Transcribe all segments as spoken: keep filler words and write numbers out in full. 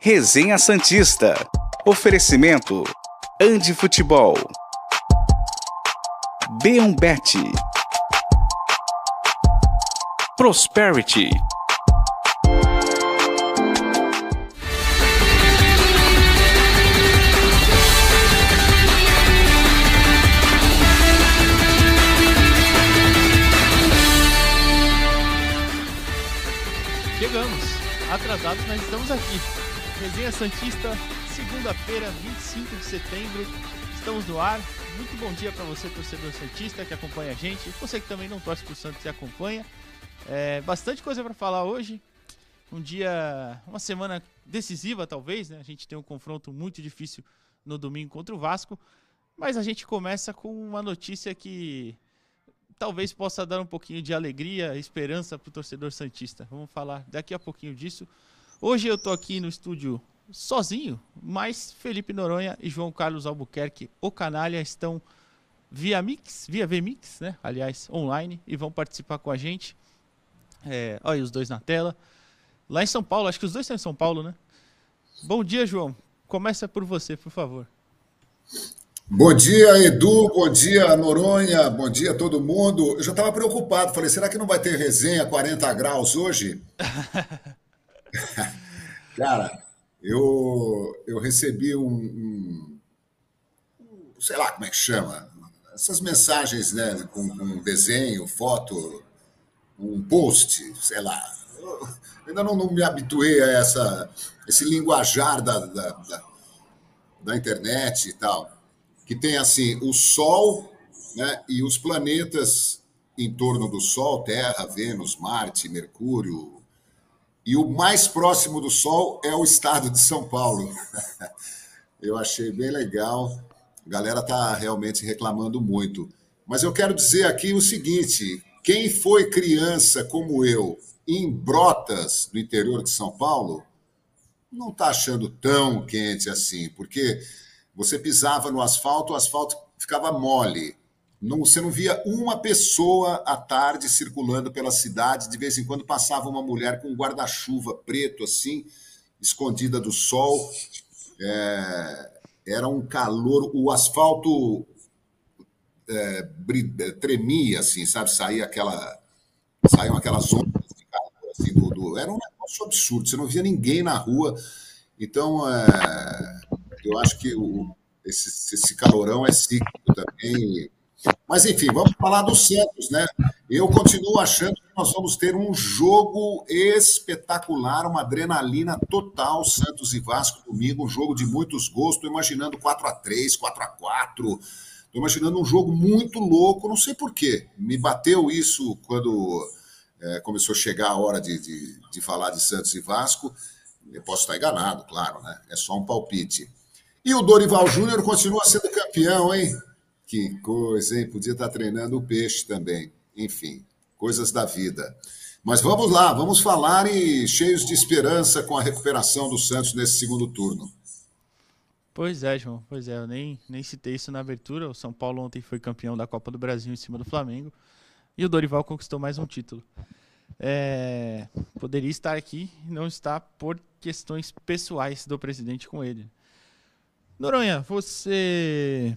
Resenha Santista. Oferecimento Andi Futebol, B um Bet, Prosperity. Chegamos, atrasados, mas estamos aqui. Resenha Santista, segunda-feira, vinte e cinco de setembro, estamos no ar. Muito bom dia para você, torcedor santista, que acompanha a gente. Você que também não torce pro Santos e acompanha. É, bastante coisa para falar hoje. Um dia, uma semana decisiva talvez, né? A gente tem um confronto muito difícil no domingo contra o Vasco. Mas a gente começa com uma notícia que talvez possa dar um pouquinho de alegria, esperança para o torcedor santista. Vamos falar daqui a pouquinho disso. Hoje eu tô aqui no estúdio sozinho, mas Felipe Noronha e João Carlos Albuquerque, o Canalha, estão via Mix, via V-Mix, né? Aliás, online, e vão participar com a gente. É, olha aí os dois na tela. Lá em São Paulo, acho que os dois estão em São Paulo, né? Bom dia, João. Começa por você, por favor. Bom dia, Edu, bom dia, Noronha, bom dia a todo mundo. Eu já estava preocupado, falei, será que não vai ter resenha quarenta graus hoje? Cara, eu, eu recebi um, um, sei lá como é que chama, essas mensagens, né, com, com desenho, foto, um post, sei lá. Eu ainda não, não me habituei a essa, esse linguajar da, da, da, da internet e tal, que tem assim o Sol, né, e os planetas em torno do Sol, Terra, Vênus, Marte, Mercúrio. E o mais próximo do Sol é o estado de São Paulo. Eu achei bem legal. A galera está realmente reclamando muito. Mas eu quero dizer aqui o seguinte: quem foi criança como eu em Brotas, no interior de São Paulo, não está achando tão quente assim, porque você pisava no asfalto, o asfalto ficava mole. Não, você não via uma pessoa à tarde circulando pela cidade. De vez em quando passava uma mulher com um guarda-chuva preto, assim, escondida do sol. É, era um calor, o asfalto é, tremia, assim, sabe? Saía aquela, saíam aquelas ondas de calor, assim, do, do, era um negócio absurdo, você não via ninguém na rua. Então, é, eu acho que o, esse, esse calorão é cíclico também. Mas, enfim, vamos falar do Santos, né? Eu continuo achando que nós vamos ter um jogo espetacular, uma adrenalina total, Santos e Vasco domingo, um jogo de muitos gols. Estou imaginando quatro a três, quatro a quatro. Estou imaginando um jogo muito louco, não sei por quê. Me bateu isso quando é, começou a chegar a hora de, de, de falar de Santos e Vasco. Eu posso estar enganado, claro, né? É só um palpite. E o Dorival Júnior continua sendo campeão, hein? Que coisa, hein? Podia estar treinando o peixe também. Enfim, coisas da vida. Mas vamos lá, vamos falar e cheios de esperança com a recuperação do Santos nesse segundo turno. Pois é, João. Pois é, eu nem, nem citei isso na abertura. O São Paulo ontem foi campeão da Copa do Brasil em cima do Flamengo. E o Dorival conquistou mais um título. É, poderia estar aqui e não está por questões pessoais do presidente com ele. Noronha, você...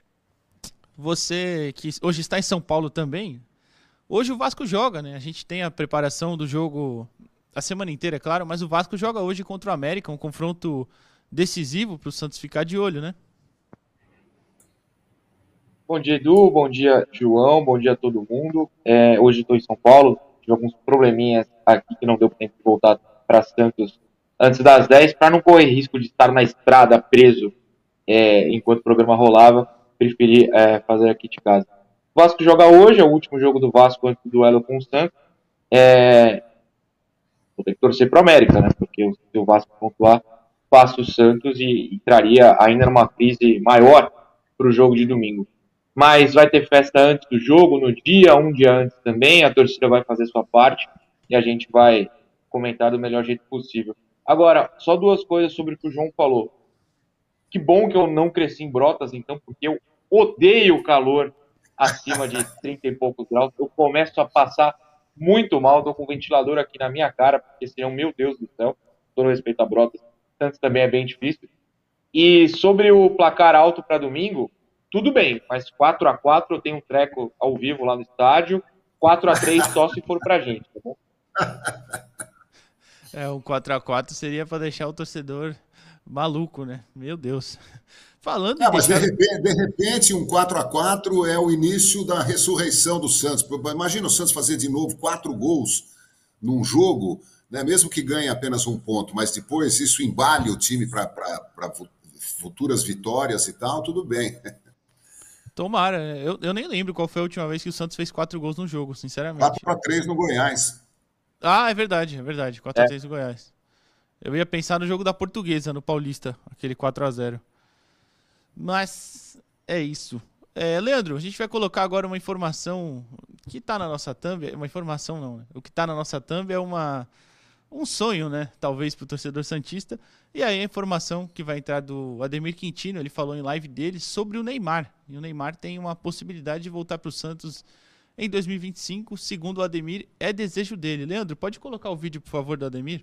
Você que hoje está em São Paulo também, hoje o Vasco joga, né? A gente tem a preparação do jogo a semana inteira, é claro, mas o Vasco joga hoje contra o América, um confronto decisivo para o Santos ficar de olho, né? Bom dia, Edu, bom dia, João, bom dia a todo mundo. É, hoje estou em São Paulo, tive alguns probleminhas aqui que não deu tempo de voltar para Santos antes das dez, para não correr risco de estar na estrada preso é, enquanto o programa rolava. Preferi é, fazer aqui de casa. O Vasco joga hoje, é o último jogo do Vasco antes do duelo com o Santos. É... Vou ter que torcer para o América, né? Porque se o Vasco pontuar, passa o Santos e entraria ainda numa crise maior para o jogo de domingo. Mas vai ter festa antes do jogo, no dia, um dia antes também. A torcida vai fazer sua parte e a gente vai comentar do melhor jeito possível. Agora, só duas coisas sobre o que o João falou. Que bom que eu não cresci em Brotas, então, porque eu odeio o calor acima de trinta e poucos graus. Eu começo a passar muito mal, estou com o ventilador aqui na minha cara, porque senão, meu Deus do céu, todo respeito a Brotas, Santos também é bem difícil. E sobre o placar alto para domingo, tudo bem, mas quatro a quatro eu tenho um treco ao vivo lá no estádio, quatro a três só se for pra gente, tá bom? É, um quatro a quatro seria para deixar o torcedor maluco, né? Meu Deus. Falando em Ah, mas de deixar... repente, de repente um quatro a quatro é o início da ressurreição do Santos. Imagina o Santos fazer de novo quatro gols num jogo, né? Mesmo que ganhe apenas um ponto, mas depois isso embale o time para futuras vitórias e tal, tudo bem. Tomara, eu, eu nem lembro qual foi a última vez que o Santos fez quatro gols no jogo, sinceramente. quatro a três no Goiás. Ah, é verdade, é verdade, quatro a três É. no Goiás. Eu ia pensar no jogo da Portuguesa, no Paulista, aquele quatro a zero. Mas é isso. É, Leandro, a gente vai colocar agora uma informação que tá na nossa thumb. Uma informação não, né? O que tá na nossa thumb é uma, um sonho, né? Talvez pro torcedor santista. E aí a informação que vai entrar do Ademir Quintino, ele falou em live dele sobre o Neymar. E o Neymar tem uma possibilidade de voltar pro Santos em dois mil e vinte e cinco. Segundo o Ademir, é desejo dele. Leandro, pode colocar o vídeo, por favor, do Ademir?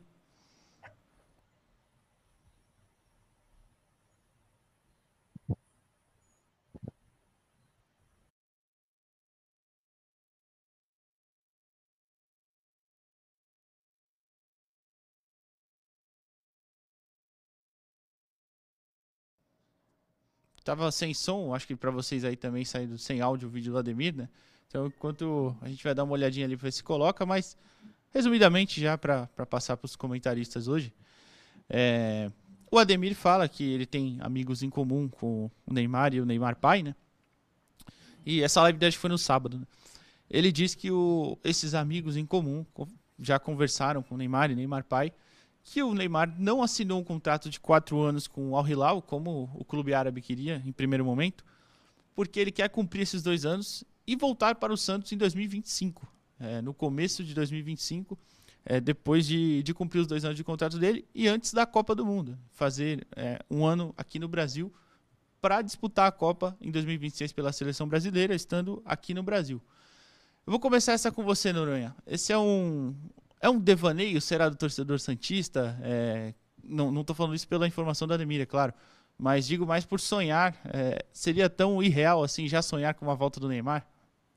Tava sem som, acho que pra vocês aí também saindo sem áudio o vídeo do Ademir, né? Então, enquanto a gente vai dar uma olhadinha ali pra ver se coloca, mas resumidamente já pra, pra passar pros comentaristas hoje, é, o Ademir fala que ele tem amigos em comum com o Neymar e o Neymar pai, né? E essa live dele foi no sábado, né? Ele diz que o, esses amigos em comum já conversaram com o Neymar e Neymar pai, que o Neymar não assinou um contrato de quatro anos com o Al Hilal, como o clube árabe queria em primeiro momento, porque ele quer cumprir esses dois anos e voltar para o Santos em dois mil e vinte e cinco. É, no começo de dois mil e vinte e cinco, é, depois de, de cumprir os dois anos de contrato dele e antes da Copa do Mundo. Fazer é, um ano aqui no Brasil para disputar a Copa em dois mil e vinte e seis pela seleção brasileira, estando aqui no Brasil. Eu vou começar essa com você, Noronha. Esse é um, é um devaneio, será, do torcedor santista? É, não estou falando isso pela informação da Ademir, é claro, mas digo mais por sonhar. É, seria tão irreal assim já sonhar com uma volta do Neymar?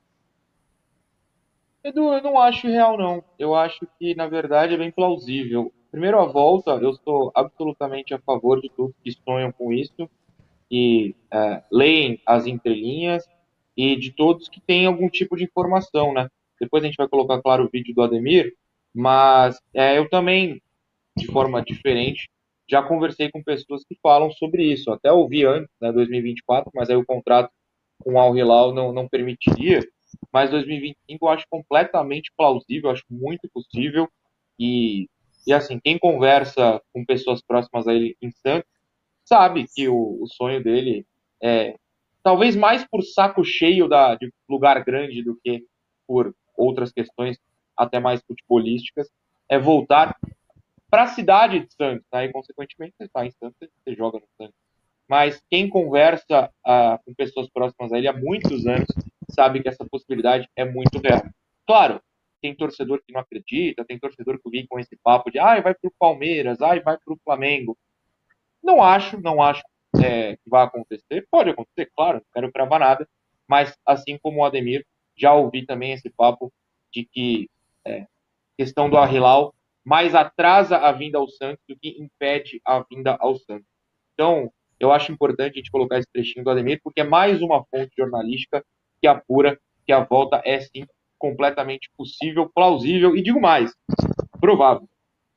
Edu, eu não acho real, não. Eu acho que, na verdade, é bem plausível. Primeiro, a volta, eu sou absolutamente a favor de todos que sonham com isso e é, leem as entrelinhas e de todos que têm algum tipo de informação, né? Depois a gente vai colocar, claro, o vídeo do Ademir, mas é, eu também, de forma diferente, já conversei com pessoas que falam sobre isso. Até ouvi antes, né, dois mil e vinte e quatro, mas aí o contrato com o Al Hilal não, não permitiria. Mas dois mil e vinte e cinco eu acho completamente plausível, acho muito possível. E, e assim, quem conversa com pessoas próximas a ele em Santos sabe que o, o sonho dele é, talvez mais por saco cheio da, de lugar grande do que por outras questões até mais futebolísticas, é voltar para a cidade de Santos, né? E consequentemente você está em Santos, você joga no Santos. Mas quem conversa ah, com pessoas próximas a ele há muitos anos sabe que essa possibilidade é muito real. Claro, tem torcedor que não acredita, tem torcedor que vem com esse papo de ah, vai para o Palmeiras, ah, vai para o Flamengo. Não acho, não acho é, que vai acontecer. Pode acontecer, claro, não quero cravar nada, mas assim como o Ademir, já ouvi também esse papo de que é, questão do Al-Hilal mais atrasa a vinda ao Santos do que impede a vinda ao Santos. Então, eu acho importante a gente colocar esse trechinho do Ademir, porque é mais uma fonte jornalística que apura que a volta é, sim, completamente possível, plausível e, digo mais, provável.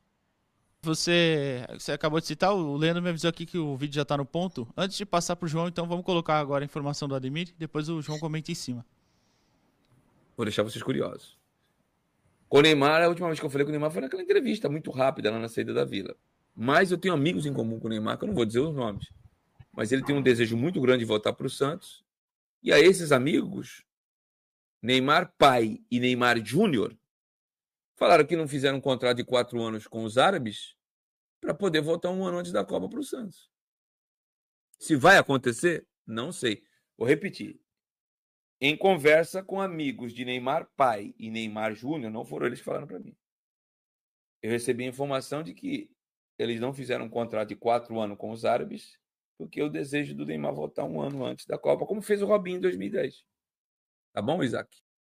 Você, você acabou de citar, o Leandro me avisou aqui que o vídeo já está no ponto. Antes de passar para o João, então vamos colocar agora a informação do Ademir, depois o João comenta em cima. Vou deixar vocês curiosos. Com o Neymar, a última vez que eu falei com o Neymar foi naquela entrevista muito rápida lá na saída da Vila. Mas eu tenho amigos em comum com o Neymar, que eu não vou dizer os nomes. Mas ele tem um desejo muito grande de voltar para o Santos. E a esses amigos, Neymar pai e Neymar Júnior, falaram que não fizeram um contrato de quatro anos com os árabes para poder voltar um ano antes da Copa para o Santos. Se vai acontecer, não sei. Vou repetir. Em conversa com amigos de Neymar pai e Neymar Júnior, não foram eles que falaram para mim. Eu recebi a informação de que eles não fizeram um contrato de quatro anos com os árabes, porque o desejo do Neymar voltar um ano antes da Copa, como fez o Robinho em dois mil e dez. Tá bom, Isaac?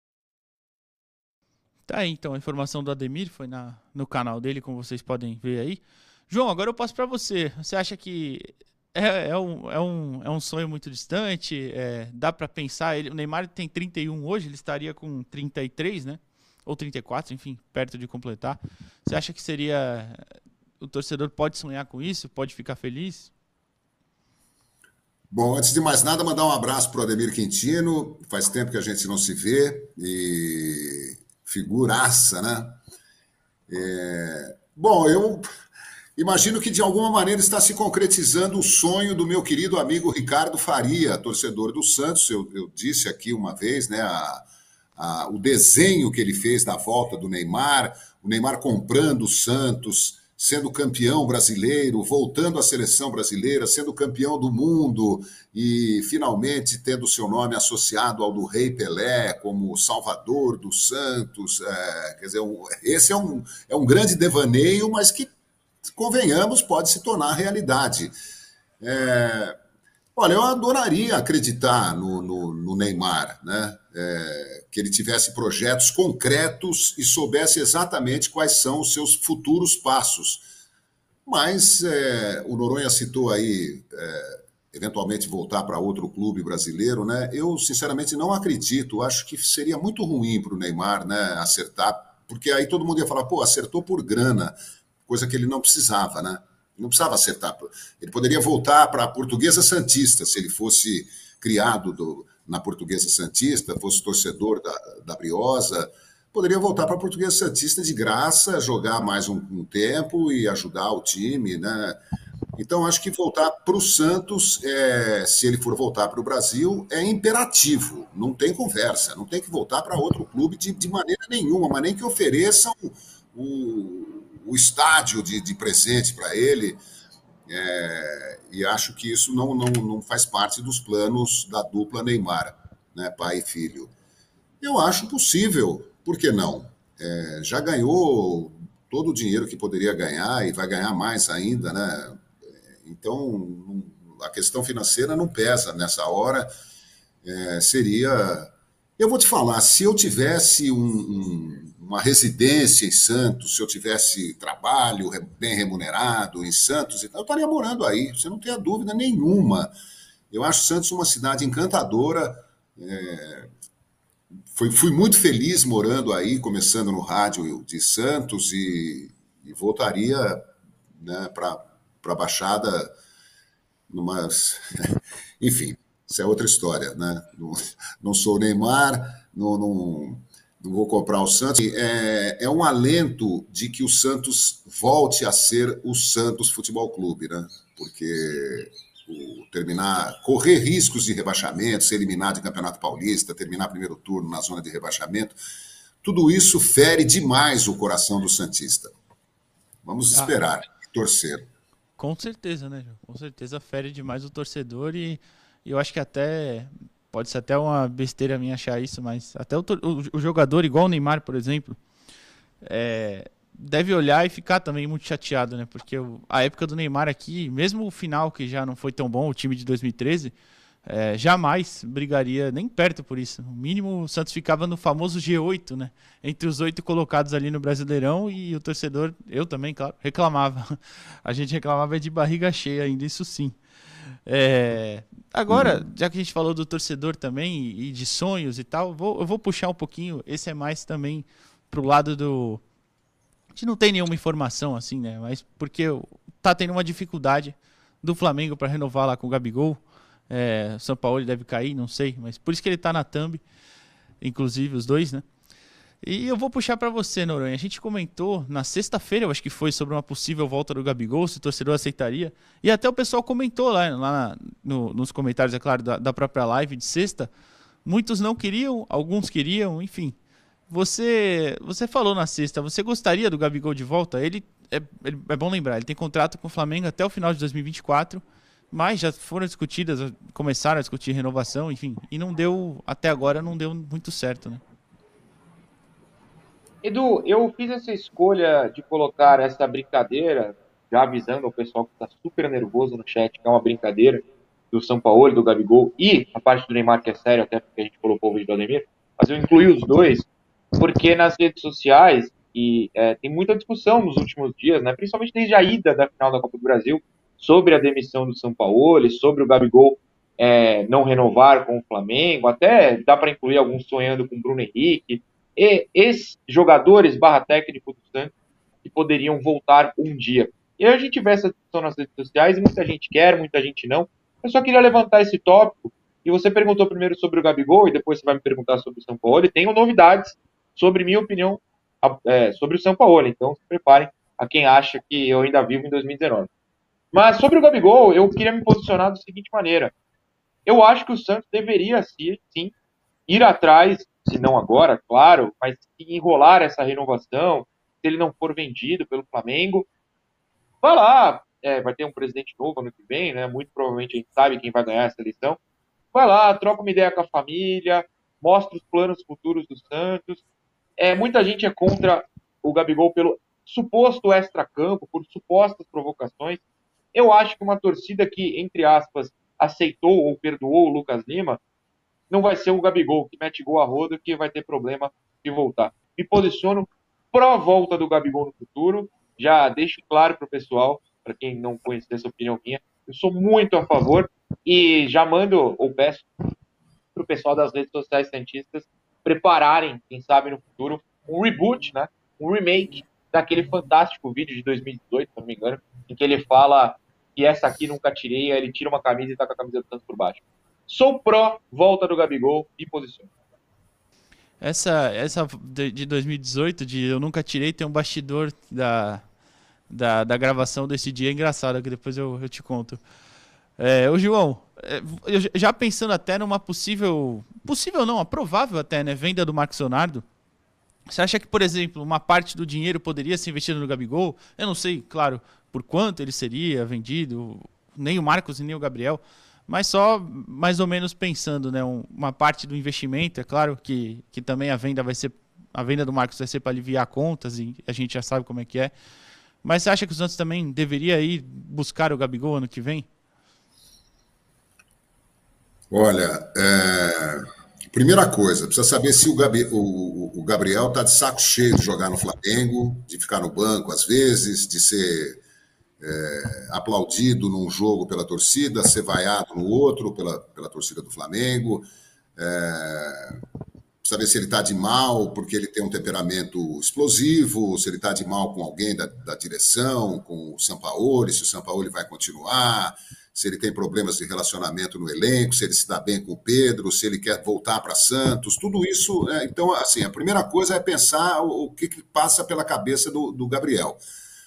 Tá aí, então, a informação do Ademir foi na, no canal dele, como vocês podem ver aí. João, agora eu passo para você. Você acha que é, é, um, é, um, é um sonho muito distante? É, dá para pensar? Ele, o Neymar tem trinta e um hoje, ele estaria com trinta e três, né? Ou trinta e quatro, enfim, perto de completar. Você acha que seria... O torcedor pode sonhar com isso? Pode ficar feliz? Bom, antes de mais nada, mandar um abraço para o Ademir Quintino. Faz tempo que a gente não se vê. E figuraça, né? É... Bom, eu imagino que de alguma maneira está se concretizando o sonho do meu querido amigo Ricardo Faria, torcedor do Santos. Eu, eu disse aqui uma vez, né, a, a, o desenho que ele fez da volta do Neymar, o Neymar comprando o Santos, sendo campeão brasileiro, voltando à seleção brasileira, sendo campeão do mundo e finalmente tendo seu nome associado ao do Rei Pelé como Salvador do Santos. É, quer dizer, um, esse é um, é um grande devaneio, mas que, convenhamos, pode se tornar realidade. É, olha, eu adoraria acreditar no, no, no Neymar, né? É, que ele tivesse projetos concretos e soubesse exatamente quais são os seus futuros passos. Mas é, o Noronha citou aí, é, eventualmente voltar para outro clube brasileiro, né? Eu, sinceramente, não acredito. Acho que seria muito ruim para o Neymar, né, acertar, porque aí todo mundo ia falar, pô, acertou por grana, coisa que ele não precisava, né? Não precisava acertar. Ele poderia voltar para a Portuguesa Santista, se ele fosse criado do, na Portuguesa Santista, fosse torcedor da, da Briosa, poderia voltar para a Portuguesa Santista de graça, jogar mais um, um tempo e ajudar o time, né? Então, acho que voltar para o Santos, é, se ele for voltar para o Brasil, é imperativo, não tem conversa, não tem que voltar para outro clube de, de maneira nenhuma, mas nem que ofereçam o o estádio de, de presente para ele, é, e acho que isso não, não, não faz parte dos planos da dupla Neymar, né, pai e filho. Eu acho possível, por que não? É, já ganhou todo o dinheiro que poderia ganhar e vai ganhar mais ainda, né? Então, a questão financeira não pesa nessa hora. É, seria... Eu vou te falar, se eu tivesse um, um, uma residência em Santos, se eu tivesse trabalho bem remunerado em Santos, eu estaria morando aí, você não tem dúvida nenhuma. Eu acho Santos uma cidade encantadora, é, fui, fui muito feliz morando aí, começando no rádio de Santos, e, e voltaria, né, para a Baixada, numa... enfim... Isso é outra história, né? Não, não sou o Neymar, não, não, não vou comprar o Santos. É, é um alento de que o Santos volte a ser o Santos Futebol Clube, né? Porque o, terminar, correr riscos de rebaixamento, ser eliminado de Campeonato Paulista, terminar primeiro turno na zona de rebaixamento, tudo isso fere demais o coração do santista. Vamos esperar, ah, torcer. Com certeza, né, João? Com certeza fere demais o torcedor e E eu acho que até, pode ser até uma besteira minha achar isso, mas até o, o, o jogador, igual o Neymar, por exemplo, é, deve olhar e ficar também muito chateado, né? Porque o, a época do Neymar aqui, mesmo o final que já não foi tão bom, o time de dois mil e treze, é, jamais brigaria nem perto por isso. No mínimo o Santos ficava no famoso G oito, né? Entre os oito colocados ali no Brasileirão, e o torcedor, eu também, claro, reclamava. A gente reclamava de barriga cheia ainda, isso sim. É, agora, já que a gente falou do torcedor também e, e de sonhos e tal, vou, eu vou puxar um pouquinho. Esse é mais também pro lado do... A gente não tem nenhuma informação assim, né? Mas porque tá tendo uma dificuldade do Flamengo para renovar lá com o Gabigol. É, o São Paulo deve cair, não sei, mas por isso que ele tá na thumb, inclusive os dois, né? E eu vou puxar para você, Noronha. A gente comentou na sexta-feira, eu acho que foi, sobre uma possível volta do Gabigol, se o torcedor aceitaria. E até o pessoal comentou lá, lá no, nos comentários, é claro, da, da própria live de sexta. Muitos não queriam, alguns queriam, enfim. Você, você falou na sexta, você gostaria do Gabigol de volta? Ele é, ele, é bom lembrar, ele tem contrato com o Flamengo até o final de dois mil e vinte e quatro, mas já foram discutidas, começaram a discutir renovação, enfim. E não deu, até agora, não deu muito certo, né? Edu, eu fiz essa escolha de colocar essa brincadeira já avisando ao pessoal que está super nervoso no chat, que é uma brincadeira do Sampaoli, do Gabigol, e a parte do Neymar, que é sério, até porque a gente colocou o vídeo do Ademir, mas eu incluí os dois, porque nas redes sociais, e é, tem muita discussão nos últimos dias, né, principalmente desde a ida da final da Copa do Brasil, sobre a demissão do Sampaoli, sobre o Gabigol é, não renovar com o Flamengo, até dá para incluir alguns sonhando com o Bruno Henrique, e ex-jogadores barra técnico do Santos que poderiam voltar um dia. E aí a gente vê essa discussão nas redes sociais e muita gente quer, muita gente não. Eu só queria levantar esse tópico, e você perguntou primeiro sobre o Gabigol, e depois você vai me perguntar sobre o Sampaoli. Tenho novidades sobre minha opinião é, sobre o Sampaoli, então se preparem a quem acha que eu ainda vivo em dois mil e dezenove. Mas sobre o Gabigol, eu queria me posicionar da seguinte maneira. Eu acho que o Santos deveria, sim, ir atrás, se não agora, claro, mas enrolar essa renovação, se ele não for vendido pelo Flamengo. Vai lá, é, vai ter um presidente novo ano que vem, né? Muito provavelmente a gente sabe quem vai ganhar essa eleição. Vai lá, troca uma ideia com a família, mostra os planos futuros do Santos. É, muita gente é contra o Gabigol pelo suposto extracampo, por supostas provocações. Eu acho que uma torcida que, entre aspas, aceitou ou perdoou o Lucas Lima, não vai ser o Gabigol, que mete gol a rodo, que vai ter problema de voltar. Me posiciono pró-volta do Gabigol no futuro. Já deixo claro para o pessoal, para quem não conhece essa opinião minha, eu sou muito a favor e já mando, ou peço, para o pessoal das redes sociais santistas prepararem, quem sabe no futuro, um reboot, né? um remake daquele fantástico vídeo de dois mil e dezoito, se não me engano, em que ele fala que essa aqui nunca tirei, aí ele tira uma camisa e tá com a camisa do Santos por baixo. Sou pró volta do Gabigol e posiciono. Essa, essa de dois mil e dezoito, de eu nunca tirei, tem um bastidor da, da, da gravação desse dia engraçado, que depois eu, eu te conto. É, ô João, eu, já pensando até numa possível, possível não, provável até, né, venda do Marcos Leonardo, você acha que, por exemplo, uma parte do dinheiro poderia ser investido no Gabigol? Eu não sei, claro, por quanto ele seria vendido, nem o Marcos nem o Gabriel, mas só mais ou menos pensando, né, uma parte do investimento, é claro que, que também a venda vai ser, a venda do Marcos vai ser para aliviar contas e a gente já sabe como é que é. Mas você acha que o Santos também deveria ir buscar o Gabigol ano que vem? Olha, é... primeira coisa, precisa saber se o, Gabi... o, o Gabriel está de saco cheio de jogar no Flamengo, de ficar no banco às vezes, de ser É, aplaudido num jogo pela torcida, ser vaiado no outro pela, pela torcida do Flamengo. É, saber se ele está de mal porque ele tem um temperamento explosivo, se ele está de mal com alguém da, da direção, com o Sampaoli, se o Sampaoli vai continuar, se ele tem problemas de relacionamento no elenco, se ele se dá bem com o Pedro, se ele quer voltar para Santos, tudo isso. É, então, assim, a primeira coisa é pensar o, o que, que passa pela cabeça do, do Gabriel.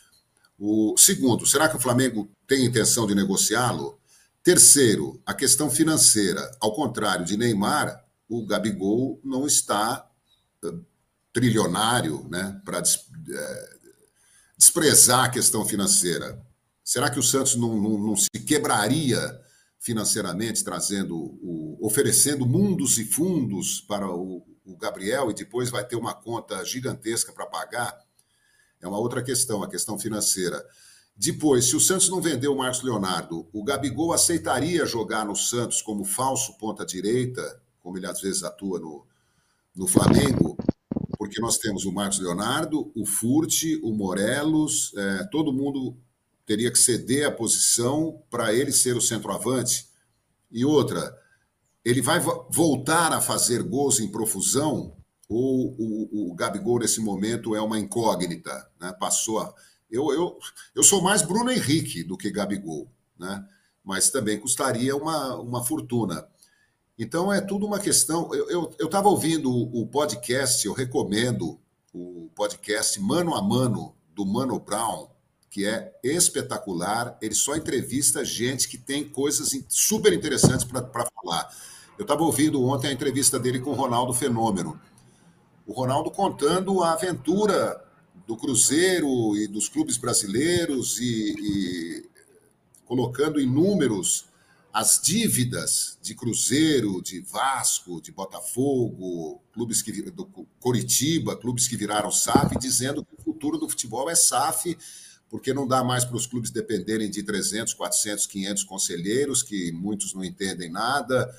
O segundo, será que o Flamengo tem intenção de negociá-lo? Terceiro, a questão financeira. Ao contrário de Neymar, o Gabigol não está uh, trilionário, né, para des, uh, desprezar a questão financeira. Será que o Santos não, não, não se quebraria financeiramente, trazendo o, oferecendo mundos e fundos para o, o Gabriel e depois vai ter uma conta gigantesca para pagar? É uma outra questão, a questão financeira. Depois, se o Santos não vendeu o Marcos Leonardo, o Gabigol aceitaria jogar no Santos como falso ponta-direita, como ele às vezes atua no, no Flamengo, porque nós temos o Marcos Leonardo, o Furti, o Morelos, é, todo mundo teria que ceder a posição para ele ser o centroavante. E outra, ele vai voltar a fazer gols em profusão, ou o, o Gabigol, nesse momento, é uma incógnita, né? Passou a... Eu, eu, eu sou mais Bruno Henrique do que Gabigol, né? Mas também custaria uma, uma fortuna. Então, é tudo uma questão... Eu estava ouvindo o podcast, eu recomendo o podcast Mano a Mano, do Mano Brown, que é espetacular. Ele só entrevista gente que tem coisas super interessantes para falar. Eu estava ouvindo ontem a entrevista dele com o Ronaldo Fenômeno. O Ronaldo contando a aventura do Cruzeiro e dos clubes brasileiros e, e colocando em números as dívidas de Cruzeiro, de Vasco, de Botafogo, clubes que, do Coritiba, clubes que viraram S A F, dizendo que o futuro do futebol é S A F, porque não dá mais para os clubes dependerem de trezentos, quatrocentos, quinhentos conselheiros, que muitos não entendem nada,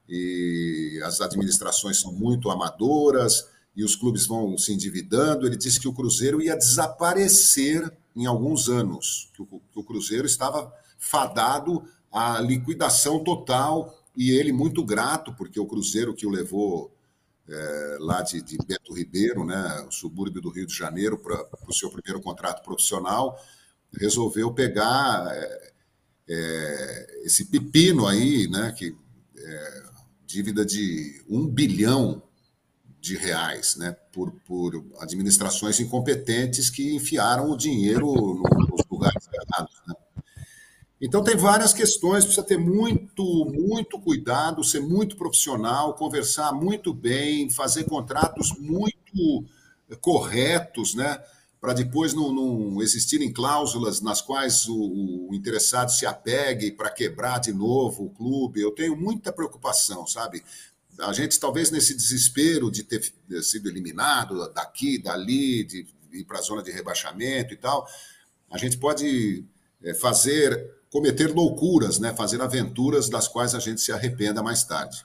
e as administrações são muito amadoras, e os clubes vão se endividando. Ele disse que o Cruzeiro ia desaparecer em alguns anos, que o, que o Cruzeiro estava fadado à liquidação total, e ele muito grato, porque o Cruzeiro que o levou é, lá de, de Beto Ribeiro, né, o subúrbio do Rio de Janeiro, para o seu primeiro contrato profissional, resolveu pegar é, é, esse pepino aí, né, que é, dívida de um bilhão de reais, né, por, por administrações incompetentes que enfiaram o dinheiro no, nos lugares errados, né? Então tem várias questões, precisa ter muito, muito cuidado, ser muito profissional, conversar muito bem, fazer contratos muito corretos, né, para depois não, não existirem cláusulas nas quais o, o interessado se apegue para quebrar de novo o clube. Eu tenho muita preocupação, sabe? A gente, talvez nesse desespero de ter sido eliminado daqui, dali, de ir para a zona de rebaixamento e tal, a gente pode fazer, cometer loucuras, né? Fazer aventuras das quais a gente se arrependa mais tarde.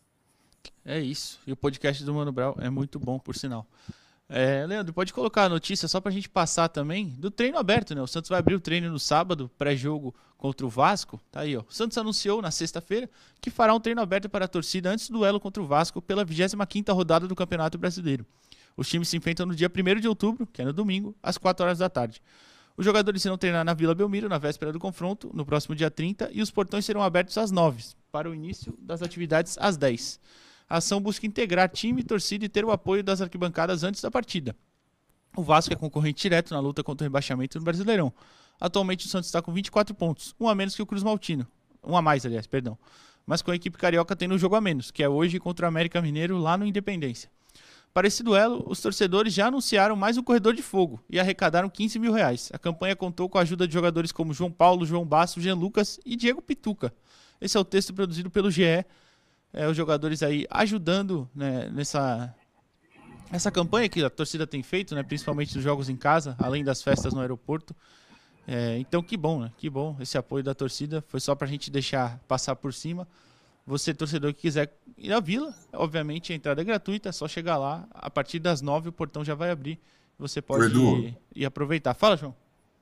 É isso. E o podcast do Mano Brown é muito bom, por sinal. É, Leandro, pode colocar a notícia só para a gente passar também do treino aberto, né? O Santos vai abrir o treino no sábado, pré-jogo contra o Vasco. Tá aí, ó. O Santos anunciou na sexta-feira que fará um treino aberto para a torcida antes do duelo contra o Vasco pela vigésima quinta rodada do Campeonato Brasileiro. Os times se enfrentam no dia primeiro de outubro, que é no domingo, às quatro horas da tarde. Os jogadores irão treinar na Vila Belmiro na véspera do confronto, no próximo dia trinta, e os portões serão abertos às nove, para o início das atividades às dez. A ação busca integrar time, torcida e ter o apoio das arquibancadas antes da partida. O Vasco é concorrente direto na luta contra o rebaixamento no Brasileirão. Atualmente o Santos está com vinte e quatro pontos, um a menos que o Cruz Maltino. Um a mais, aliás, perdão. Mas com a equipe carioca tendo um jogo a menos, que é hoje contra o América Mineiro lá no Independência. Para esse duelo, os torcedores já anunciaram mais um corredor de fogo e arrecadaram quinze mil reais. A campanha contou com a ajuda de jogadores como João Paulo, João Basso, Jean Lucas e Diego Pituca. Esse é o texto produzido pelo G E. É, os jogadores aí ajudando, né, nessa essa campanha que a torcida tem feito, né, principalmente nos jogos em casa, além das festas no aeroporto. É, então que bom, né? Que bom esse apoio da torcida. Foi só pra gente deixar passar por cima. Você, torcedor que quiser ir à Vila, obviamente a entrada é gratuita, é só chegar lá. A partir das nove o portão já vai abrir. Você pode ir, ir aproveitar. Fala, João.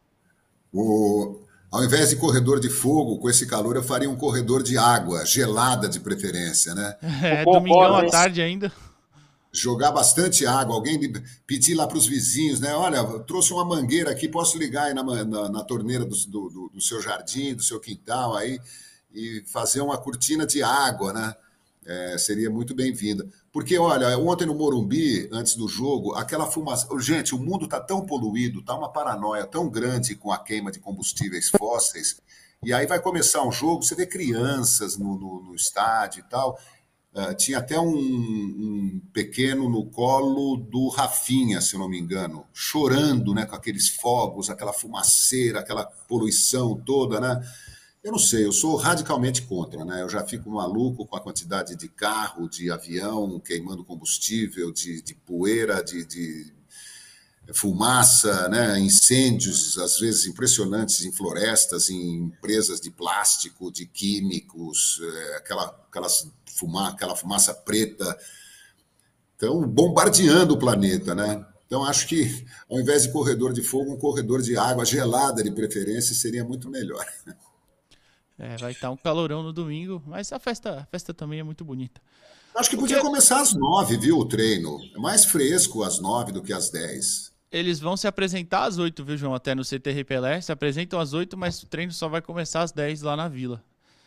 O... Ao invés de corredor de fogo, com esse calor, eu faria um corredor de água, gelada de preferência, né? É, domingão à tarde ainda. Jogar bastante água, alguém pedir lá para os vizinhos, né? Olha, eu trouxe uma mangueira aqui, posso ligar aí na, na, na torneira do, do, do seu jardim, do seu quintal aí, e fazer uma cortina de água, né? É, seria muito bem-vinda. Porque, olha, ontem no Morumbi, antes do jogo, aquela fumaça... Gente, o mundo está tão poluído, está uma paranoia tão grande com a queima de combustíveis fósseis, e aí vai começar um jogo, você vê crianças no, no, no estádio e tal. Uh, tinha até um, um pequeno no colo do Rafinha, se eu não me engano, chorando, né, com aqueles fogos, aquela fumaceira, aquela poluição toda, né? Eu não sei, eu sou radicalmente contra, né? Eu já fico maluco com a quantidade de carro, de avião queimando combustível, de, de poeira, de, de fumaça, né? Incêndios, às vezes impressionantes, em florestas, em empresas de plástico, de químicos, aquela, aquelas fuma, aquela fumaça preta. Então, bombardeando o planeta, né? Então, acho que, ao invés de corredor de fogo, um corredor de água gelada, de preferência, seria muito melhor. É, vai estar um calorão no domingo, mas a festa, a festa também é muito bonita. Acho que podia Porque... começar às nove, viu, o treino. É mais fresco às nove do que às dez. Eles vão se apresentar às oito, viu, João? Até no C T R Pelé. Se apresentam às oito, mas o treino só vai começar às dez lá na Vila.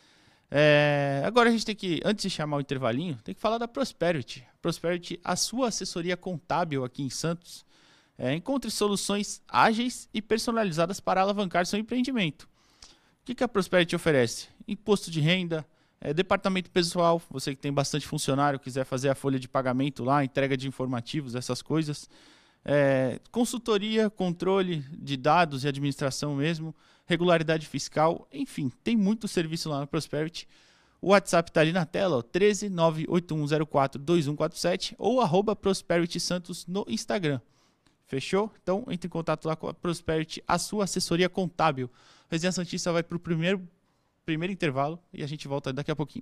É... Agora a gente tem que, antes de chamar o intervalinho, tem que falar da Prosperity. Prosperity, a sua assessoria contábil aqui em Santos. É, encontre soluções ágeis e personalizadas para alavancar seu empreendimento. O que a Prosperity oferece? Imposto de renda, é, departamento pessoal, você que tem bastante funcionário, quiser fazer a folha de pagamento lá, entrega de informativos, essas coisas. É, consultoria, controle de dados e administração mesmo, regularidade fiscal, enfim, tem muito serviço lá na Prosperity. O WhatsApp está ali na tela, ó, treze nove oito um zero quatro dois um quatro sete ou arroba Prosperity Santos no Instagram. Fechou? Então entre em contato lá com a Prosperity, a sua assessoria contábil. Resenha Santista vai para o primeiro, primeiro intervalo e a gente volta daqui a pouquinho.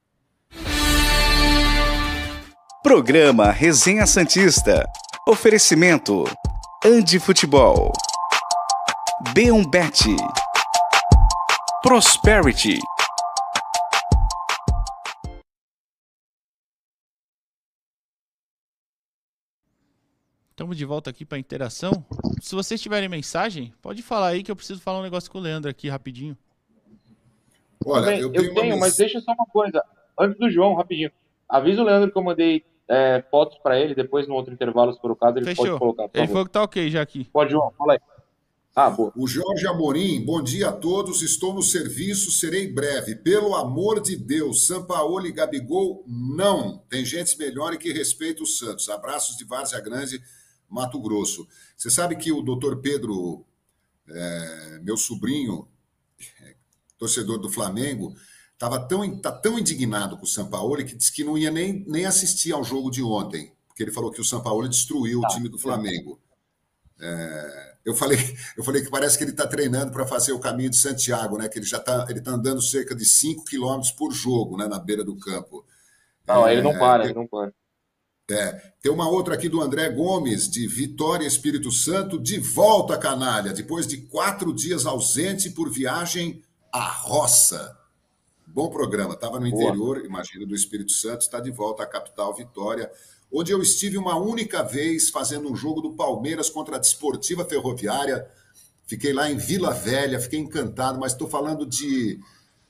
Programa Resenha Santista. Oferecimento Andi Futebol, B um Bet, Prosperity. Estamos de volta aqui para a interação. Se vocês tiverem mensagem, pode falar aí que eu preciso falar um negócio com o Leandro aqui rapidinho. Olha, eu, eu eu tenho, tenho, mens... mas deixa só uma coisa. Antes do João, rapidinho. Avisa o Leandro que eu mandei é, fotos para ele, depois no outro intervalo, se for o caso, ele Fechou. pode colocar. Ele falou que tá ok já aqui. Pode, João, fala aí. Ah, boa. O Jorge Amorim, bom dia a todos, estou no serviço, serei breve. Pelo amor de Deus, Sampaoli e Gabigol, não. Tem gente melhor e que respeita o Santos. Abraços de Várzea Grande, Mato Grosso. Você sabe que o doutor Pedro, é, meu sobrinho, é, torcedor do Flamengo, estava tão, tá tão indignado com o Sampaoli que disse que não ia nem, nem assistir ao jogo de ontem, porque ele falou que o Sampaoli destruiu Ah, o time do Flamengo. É, eu, falei, eu falei que parece que ele está treinando para fazer o caminho de Santiago, né? Que ele já está ele tá andando cerca de cinco quilômetros por jogo, né? Na beira do campo. Não, é, ele não para, tem, ele não para. É, tem uma outra aqui do André Gomes, de Vitória, Espírito Santo, de volta, canalha, depois de quatro dias ausente por viagem à roça. Bom programa, estava no interior, Boa. imagino, do Espírito Santo, está de volta à capital, Vitória, onde eu estive uma única vez fazendo um jogo do Palmeiras contra a Desportiva Ferroviária. Fiquei lá em Vila Velha, fiquei encantado, mas estou falando de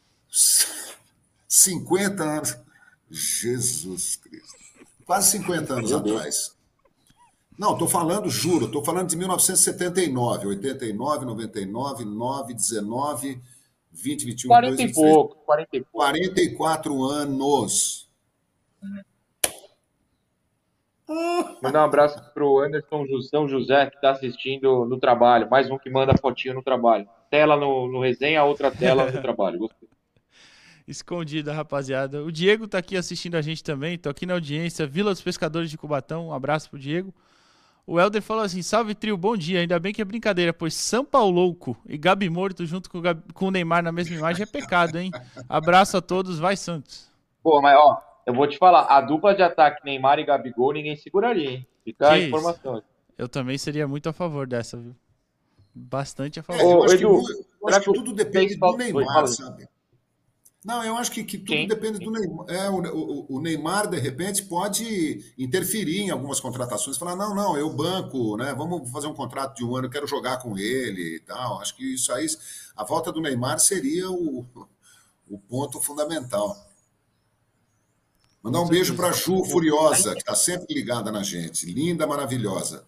cinquenta anos. Jesus Cristo. Quase cinquenta anos atrás. Não, estou falando, juro, estou falando de mil novecentos e setenta e nove, oitenta e nove, noventa e nove, nove, dezenove, vinte, vinte e um, quarenta e pouco, quarenta e pouco. quarenta e quatro anos. Mandar um abraço pro Anderson São José, que está assistindo no trabalho. Mais um que manda fotinho no trabalho. Tela no, no resenha, outra tela no trabalho. Gostei. Escondida, rapaziada. O Diego tá aqui assistindo a gente também. Tô aqui na audiência. Vila dos Pescadores de Cubatão. Um abraço pro Diego. O Helder falou assim: salve, trio, bom dia. Ainda bem que é brincadeira, pois São Paulouco e Gabi Morto junto com o, Gabi, com o Neymar na mesma imagem é pecado, hein? Abraço a todos. Vai, Santos. Pô, mas ó, eu vou te falar. A dupla de ataque Neymar e Gabigol ninguém seguraria, hein? Fica a informação. Eu também seria muito a favor dessa, viu? Bastante a favor. É, eu Ô, acho, Edu, que, eu acho que tudo depende do Neymar, Oi, sabe? Não, eu acho que, que tudo Sim. depende do Neymar. É, o, o, o Neymar, de repente, pode interferir em algumas contratações, falar, não, não, eu banco, né? Vamos fazer um contrato de um ano, eu quero jogar com ele e tal. Acho que isso aí, a volta do Neymar seria o, o ponto fundamental. Mandar um beijo para a Ju Furiosa, que está sempre ligada na gente. Linda, maravilhosa.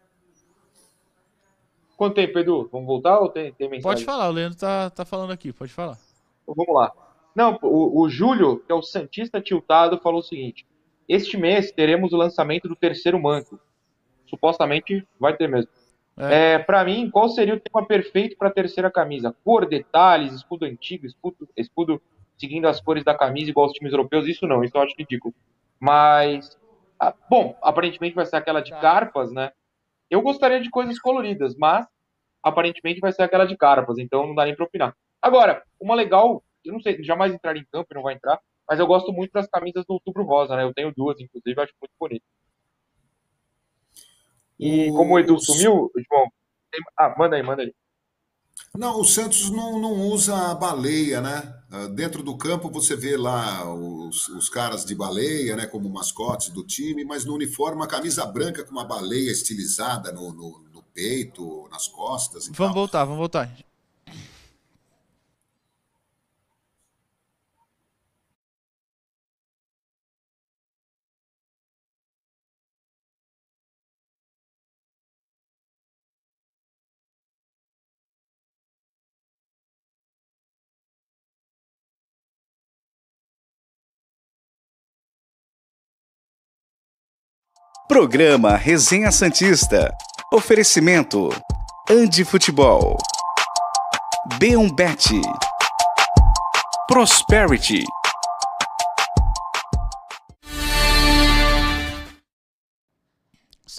Quanto tempo, Edu? Vamos voltar ou tem, tem mensagem? Pode falar, o Leandro tá, tá falando aqui, pode falar. Então, vamos lá. Não, o, o Júlio, que é o Santista tiltado, falou o seguinte: este mês teremos o lançamento do terceiro manto. Supostamente vai ter mesmo. É. É, para mim, qual seria o tema perfeito para a terceira camisa? Cor, detalhes, escudo antigo, escudo, escudo seguindo as cores da camisa igual aos times europeus? Isso não, isso eu acho ridículo. Mas, ah, bom, aparentemente vai ser aquela de carpas, né? Eu gostaria de coisas coloridas, mas aparentemente vai ser aquela de carpas, então não dá nem para opinar. Agora, uma legal, eu não sei, jamais entrar em campo, não vai entrar, mas eu gosto muito das camisas do Outubro Rosa, né? Eu tenho duas, inclusive, acho muito bonito. E como o Edu sumiu, João, ah, manda aí, manda aí. Não, o Santos não, não usa baleia, né? Dentro do campo você vê lá os, os caras de baleia, né? Como mascotes do time, mas no uniforme uma camisa branca com uma baleia estilizada no, no, no peito, nas costas e Vamos tal. voltar, vamos voltar. Programa Resenha Santista. Oferecimento Andi Futebol, B um Bet, Prosperity.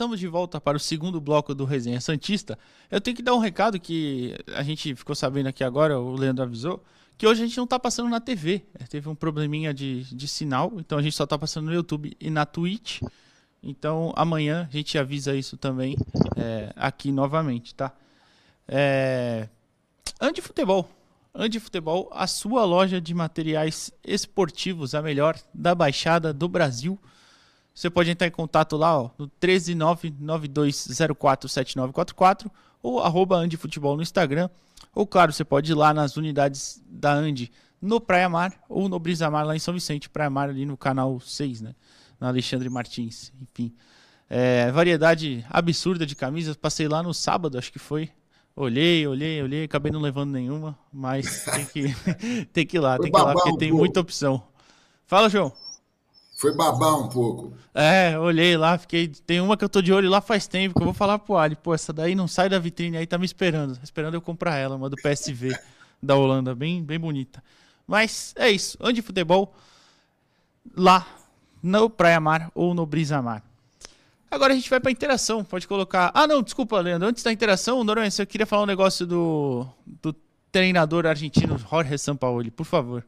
estamos de volta para o segundo bloco do Resenha Santista. Eu tenho que dar um recado que a gente ficou sabendo aqui agora, o Leandro avisou, que hoje a gente não está passando na T V. Teve um probleminha de, de sinal, então a gente só está passando no YouTube e na Twitch. Então amanhã a gente avisa isso também é, aqui novamente, tá? É... Andi Futebol. Andi Futebol, a sua loja de materiais esportivos, a melhor da Baixada do Brasil. Você pode entrar em contato lá, ó, no um três nove nove dois zero quatro sete nove quatro quatro ou arroba Andi Futebol no Instagram. Ou, claro, você pode ir lá nas unidades da Andi no Praia Mar ou no Brisa Mar lá em São Vicente, Praia Mar ali no canal seis, né? Na Alexandre Martins, enfim. É, variedade absurda de camisas. Passei lá no sábado, acho que foi. Olhei, olhei, olhei, acabei não levando nenhuma, mas tem que, tem que ir lá, Foi tem que ir lá, babar porque um tem pouco. muita opção. Fala, João. Foi babar um pouco. É, olhei lá, fiquei. Tem uma que eu tô de olho lá faz tempo, que eu vou falar pro Ali, pô, essa daí não sai da vitrine aí, tá me esperando. Esperando eu comprar ela, uma do P S V da Holanda, bem, bem bonita. Mas é isso, Andi Futebol, lá no Praia Mar ou no Brisa Mar. Agora a gente vai pra interação, pode colocar. Ah, não, desculpa, Leandro, antes da interação, Noronha, eu queria falar um negócio do, do treinador argentino Jorge Sampaoli, por favor.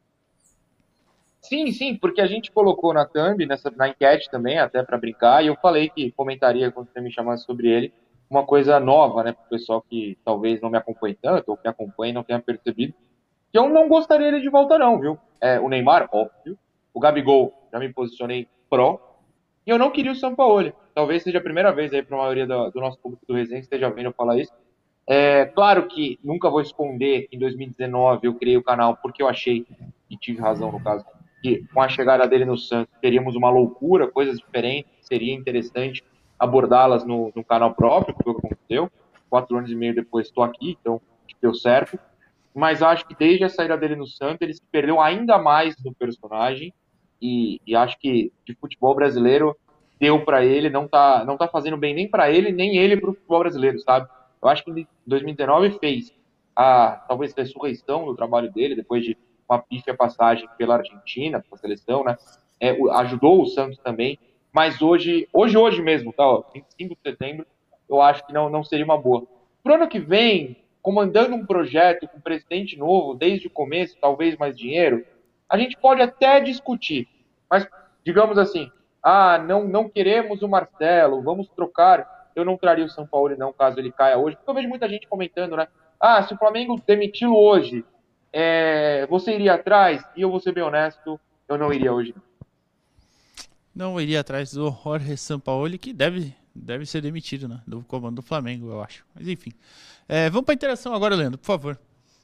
Sim, sim, porque a gente colocou na thumb, nessa, na enquete também, até para brincar, e eu falei que comentaria quando você me chamasse sobre ele, uma coisa nova, né, para o pessoal que talvez não me acompanhe tanto, ou que acompanhe e não tenha percebido, que eu não gostaria ele de volta não, viu? É, o Neymar, óbvio, o Gabigol, já me posicionei pró, e eu não queria o Sampaoli. Talvez seja a primeira vez aí para a maioria do, do nosso público do Resenha que esteja vendo eu falar isso. É, claro que nunca vou esconder que em dois mil e dezenove eu criei o canal porque eu achei, e tive razão no caso, que com a chegada dele no Santos teríamos uma loucura, coisas diferentes, seria interessante abordá-las no, no canal próprio, que foi o que aconteceu. Quatro anos e meio depois estou aqui, então deu certo. Mas acho que desde a saída dele no Santos, ele se perdeu ainda mais no personagem e, e acho que de futebol brasileiro deu para ele, não tá, não tá fazendo bem nem para ele, nem ele para o futebol brasileiro, sabe? Eu acho que em dois mil e dezenove fez a, talvez, a ressurreição do trabalho dele, depois de uma pífia passagem pela Argentina, pela seleção, né? É, ajudou o Santos também, mas hoje, hoje, hoje mesmo, tá? Ó, vinte e cinco de setembro, eu acho que não, não seria uma boa. Pro ano que vem, comandando um projeto com um presidente novo, desde o começo, talvez mais dinheiro, a gente pode até discutir, mas, digamos assim, ah, não, não queremos o Marcelo, vamos trocar, eu não traria o Sampaoli não, caso ele caia hoje, porque eu vejo muita gente comentando, né? Ah, se o Flamengo demiti-lo hoje, É, você iria atrás? E eu vou ser bem honesto, eu não iria hoje. Não iria atrás do Jorge Sampaoli, que deve, deve ser demitido, né? Do comando do Flamengo, eu acho. Mas enfim. É, vamos para a interação agora, Leandro, por favor.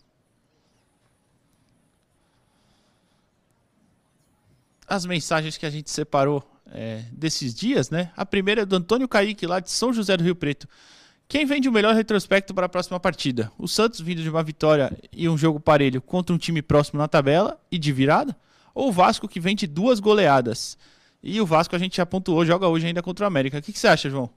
As mensagens que a gente separou é, desses dias, né? A primeira é do Antônio Kaique, lá de São José do Rio Preto. Quem vende o melhor retrospecto para a próxima partida? O Santos vindo de uma vitória e um jogo parelho contra um time próximo na tabela e de virada? Ou o Vasco que vem de duas goleadas? E o Vasco a gente já pontuou, joga hoje ainda contra o América. O que, que você acha, João?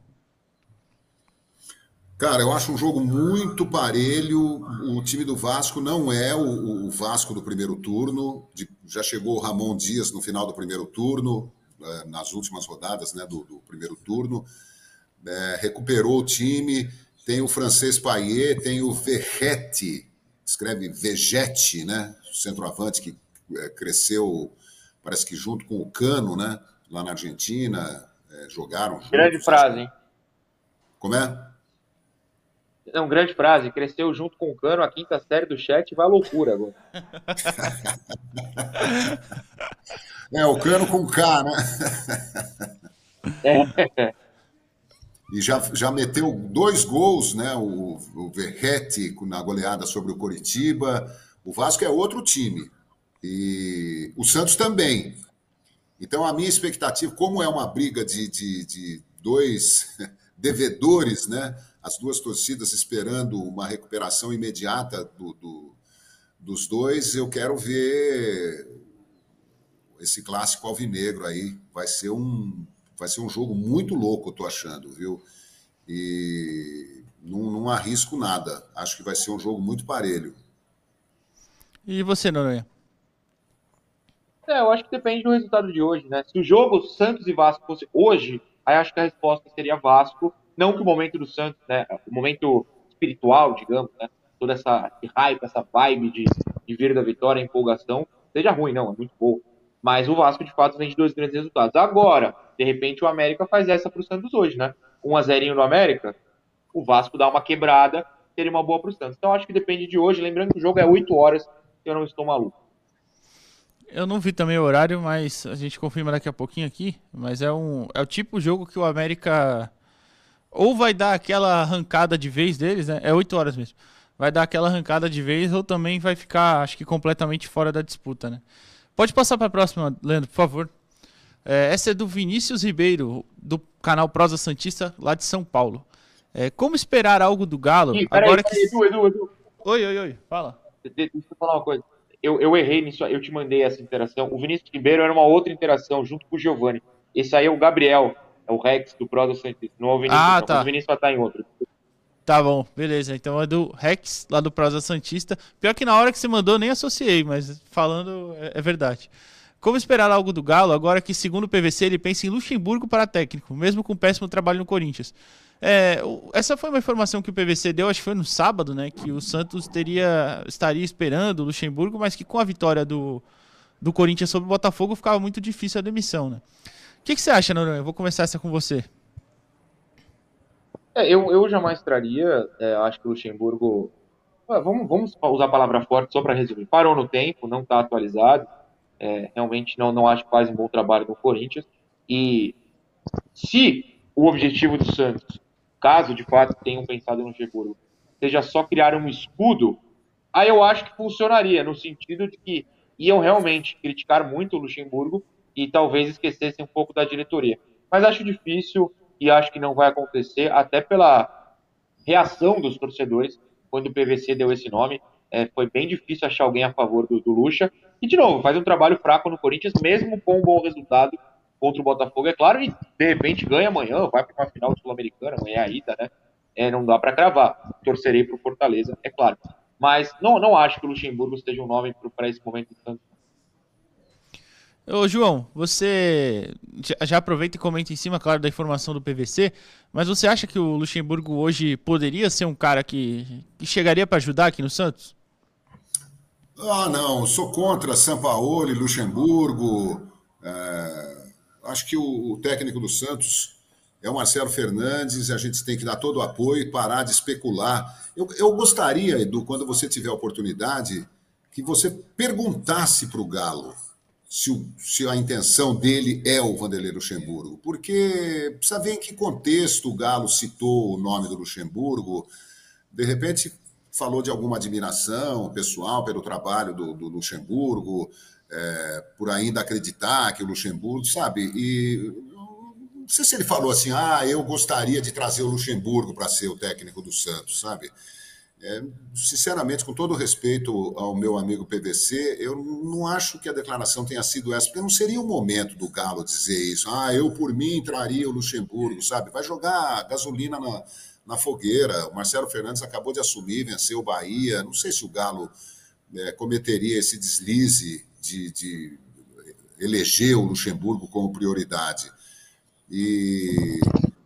Cara, eu acho um jogo muito parelho. O time do Vasco não é o, o Vasco do primeiro turno. De, já chegou o Ramon Dias no final do primeiro turno, nas últimas rodadas, né, do, do primeiro turno. É, recuperou o time, tem o francês Payet, tem o Verratti, escreve Vegete, né? Centroavante que é, cresceu, parece que junto com o Cano, né? Lá na Argentina, é, jogaram juntos. Grande frase, hein? Como é? Não, grande frase, cresceu junto com o Cano, a quinta série do chat, vai à loucura agora. É, o Cano com K, né? É. E já, já meteu dois gols, né? O, o Verratti na goleada sobre o Coritiba. O Vasco é outro time. E o Santos também. Então, a minha expectativa, como é uma briga de, de, de dois devedores, né? As duas torcidas esperando uma recuperação imediata do, do, dos dois, eu quero ver esse clássico alvinegro aí. Vai ser um... Vai ser um jogo muito louco, eu tô achando, viu? E não, não arrisco nada. Acho que vai ser um jogo muito parelho. E você, Noronha? É, eu acho que depende do resultado de hoje, né? Se o jogo Santos e Vasco fosse hoje, aí acho que a resposta seria Vasco. Não que o momento do Santos, né, o momento espiritual, digamos, né, toda essa hype, essa vibe de, de vir da vitória, a empolgação, seja ruim, não, é muito bom. Mas o Vasco, de fato, vem de dois grandes resultados. Agora, de repente, o América faz essa para o Santos hoje, né? um a zero no América, o Vasco dá uma quebrada, teria uma boa para o Santos. Então, acho que depende de hoje. Lembrando que o jogo é oito horas, se eu não estou maluco. Eu não vi também o horário, mas a gente confirma daqui a pouquinho aqui. Mas é, um, é o tipo de jogo que o América ou vai dar aquela arrancada de vez deles, né? É oito horas mesmo. Vai dar aquela arrancada de vez ou também vai ficar, acho que, completamente fora da disputa, né? Pode passar para a próxima, Leandro, por favor. É, essa é do Vinícius Ribeiro, do canal Prosa Santista, lá de São Paulo. É, como esperar algo do Galo? Ih, agora aí, que... Edu, Edu, Edu. Oi, oi, oi, fala. Deixa eu falar uma coisa. Eu, eu errei nisso, eu te mandei essa interação. O Vinícius Ribeiro era uma outra interação junto com o Giovani. Esse aí é o Gabriel, é o Rex do Prosa Santista. Não é o Vinícius, ah, não. tá. O Vinícius vai estar em outro. Tá bom, beleza. Então é do Rex, lá do Prosa Santista. Pior que na hora que você mandou, nem associei, mas falando é, é verdade. Como esperar algo do Galo, agora que, segundo o P V C, ele pensa em Luxemburgo para técnico, mesmo com péssimo trabalho no Corinthians? É, essa foi uma informação que o P V C deu, acho que foi no sábado, né? Que o Santos teria, estaria esperando o Luxemburgo, mas que com a vitória do, do Corinthians sobre o Botafogo ficava muito difícil a demissão, né? O que, que você acha, Noronha? Eu vou começar essa com você. É, eu, eu jamais traria, é, acho que o Luxemburgo, ah, vamos, vamos usar a palavra forte só para resumir, parou no tempo, não está atualizado, é, realmente não, não acho que faz um bom trabalho no Corinthians, e se o objetivo do Santos, caso de fato tenham pensado no Luxemburgo, seja só criar um escudo, aí eu acho que funcionaria, no sentido de que iam realmente criticar muito o Luxemburgo e talvez esquecessem um pouco da diretoria. Mas acho difícil e acho que não vai acontecer, até pela reação dos torcedores quando o P V C deu esse nome. É, foi bem difícil achar alguém a favor do, do Luxa. E, de novo, faz um trabalho fraco no Corinthians, mesmo com um bom resultado contra o Botafogo, é claro, e de repente ganha amanhã, vai para uma final sul-americana, amanhã é a ida, né? É, não dá para cravar. Torcerei para o Fortaleza, é claro. Mas não, não acho que o Luxemburgo esteja um nome para esse momento tanto. Ô, João, você já aproveita e comenta em cima, claro, da informação do P V C, mas você acha que o Luxemburgo hoje poderia ser um cara que, que chegaria para ajudar aqui no Santos? Ah, não, sou contra Sampaoli, Luxemburgo. É, acho que o, o técnico do Santos é o Marcelo Fernandes, a gente tem que dar todo o apoio e parar de especular. Eu, eu gostaria, Edu, quando você tiver a oportunidade, que você perguntasse para o Galo Se, o, se a intenção dele é o Vanderlei Luxemburgo, porque precisa ver em que contexto o Galo citou o nome do Luxemburgo. De repente falou de alguma admiração pessoal pelo trabalho do, do Luxemburgo, é, por ainda acreditar que o Luxemburgo, sabe? E não sei se ele falou assim, ah, eu gostaria de trazer o Luxemburgo para ser o técnico do Santos, sabe? É, sinceramente, com todo respeito ao meu amigo P V C, eu não acho que a declaração tenha sido essa, porque não seria o momento do Galo dizer isso. Ah, eu por mim traria o Luxemburgo, sabe? Vai jogar gasolina na, na fogueira. O Marcelo Fernandes acabou de assumir, venceu o Bahia. Não sei se o Galo é, cometeria esse deslize de, de eleger o Luxemburgo como prioridade. E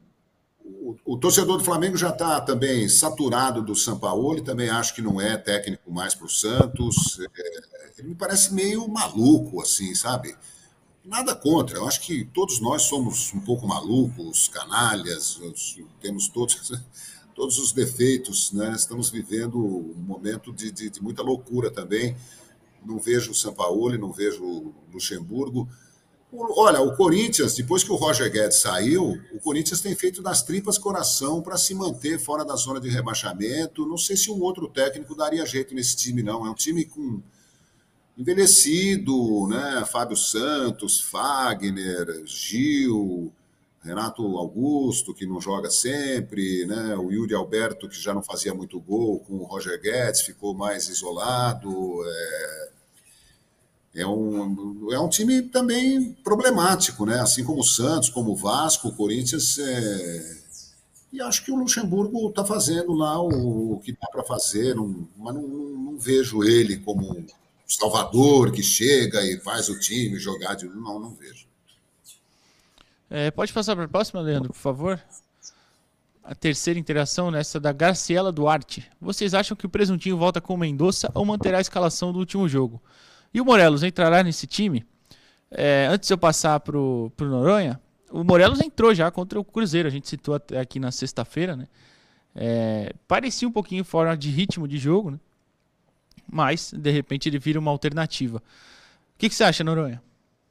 o torcedor do Flamengo já está também saturado do Sampaoli, também acho que não é técnico mais para o Santos. É, ele me parece meio maluco, assim, sabe? Nada contra, eu acho que todos nós somos um pouco malucos, canalhas, temos todos, todos os defeitos, né? Estamos vivendo um momento de, de, de muita loucura também. Não vejo o Sampaoli, não vejo o Luxemburgo. Olha, o Corinthians, depois que o Roger Guedes saiu, o Corinthians tem feito das tripas coração para se manter fora da zona de rebaixamento. Não sei se um outro técnico daria jeito nesse time, não. É um time com envelhecido, né? Fábio Santos, Fagner, Gil, Renato Augusto, que não joga sempre, né? O Yuri Alberto, que já não fazia muito gol, com o Roger Guedes, ficou mais isolado. É... É um, é um time também problemático, né? Assim como o Santos, como o Vasco, o Corinthians. É... E acho que o Luxemburgo está fazendo lá o, o que dá para fazer, não, mas não, não, não vejo ele como um salvador que chega e faz o time jogar de. Não, não vejo. É, pode passar para a próxima, Leandro, por favor? A terceira interação nessa da Graciela Duarte. Vocês acham que o Presuntinho volta com o Mendonça ou manterá a escalação do último jogo? E o Morelos entrará nesse time? É, antes de eu passar para o Noronha, o Morelos entrou já contra o Cruzeiro. A gente citou aqui na sexta-feira, né? É, parecia um pouquinho fora de ritmo de jogo, né? Mas, de repente, ele vira uma alternativa. O que, que você acha, Noronha?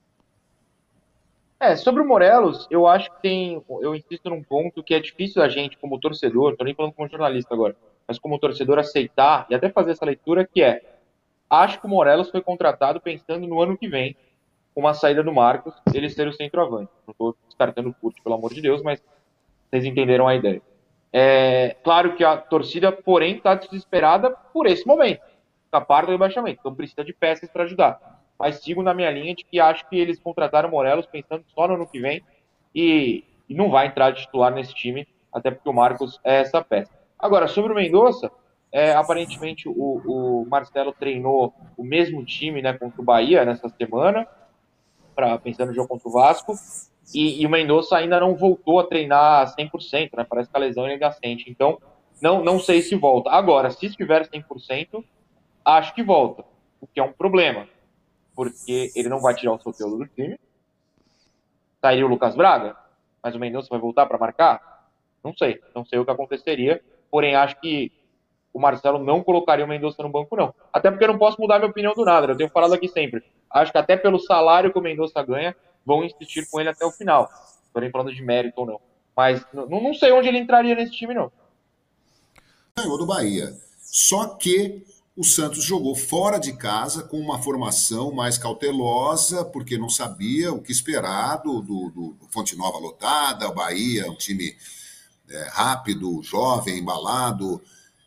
É, sobre o Morelos, eu acho que tem, eu insisto num ponto que é difícil a gente, como torcedor, tô nem falando como jornalista agora, mas como torcedor aceitar e até fazer essa leitura que é, acho que o Morelos foi contratado pensando no ano que vem, com uma saída do Marcos, ele ser o centroavante. Não estou descartando o Furt, pelo amor de Deus, mas vocês entenderam a ideia. É, claro que a torcida, porém, está desesperada por esse momento, escapar do rebaixamento, então precisa de peças para ajudar. Mas sigo na minha linha de que acho que eles contrataram o Morelos pensando só no ano que vem e, e não vai entrar de titular nesse time, até porque o Marcos é essa peça. Agora, sobre o Mendonça, é, aparentemente o, o Marcelo treinou o mesmo time, né, contra o Bahia nessa semana, pra, pensando no jogo contra o Vasco, e, e o Mendonça ainda não voltou a treinar cem por cento, né, parece que a lesão ele ainda sente, então não, não sei se volta. Agora, se estiver cem por cento, acho que volta, o que é um problema, porque ele não vai tirar o Soteldo do time. Sairia o Lucas Braga, mas o Mendonça vai voltar para marcar? Não sei, não sei o que aconteceria, porém acho que o Marcelo não colocaria o Mendonça no banco, não. Até porque eu não posso mudar minha opinião do nada, eu tenho falado aqui sempre. Acho que até pelo salário que o Mendonça ganha, vão insistir com ele até o final. Estou nem falando de mérito ou não. Mas não, não sei onde ele entraria nesse time, não. Ganhou do Bahia. Só que o Santos jogou fora de casa com uma formação mais cautelosa, porque não sabia o que esperar do, do, do Fonte Nova lotada, o Bahia, um time é, rápido, jovem, embalado,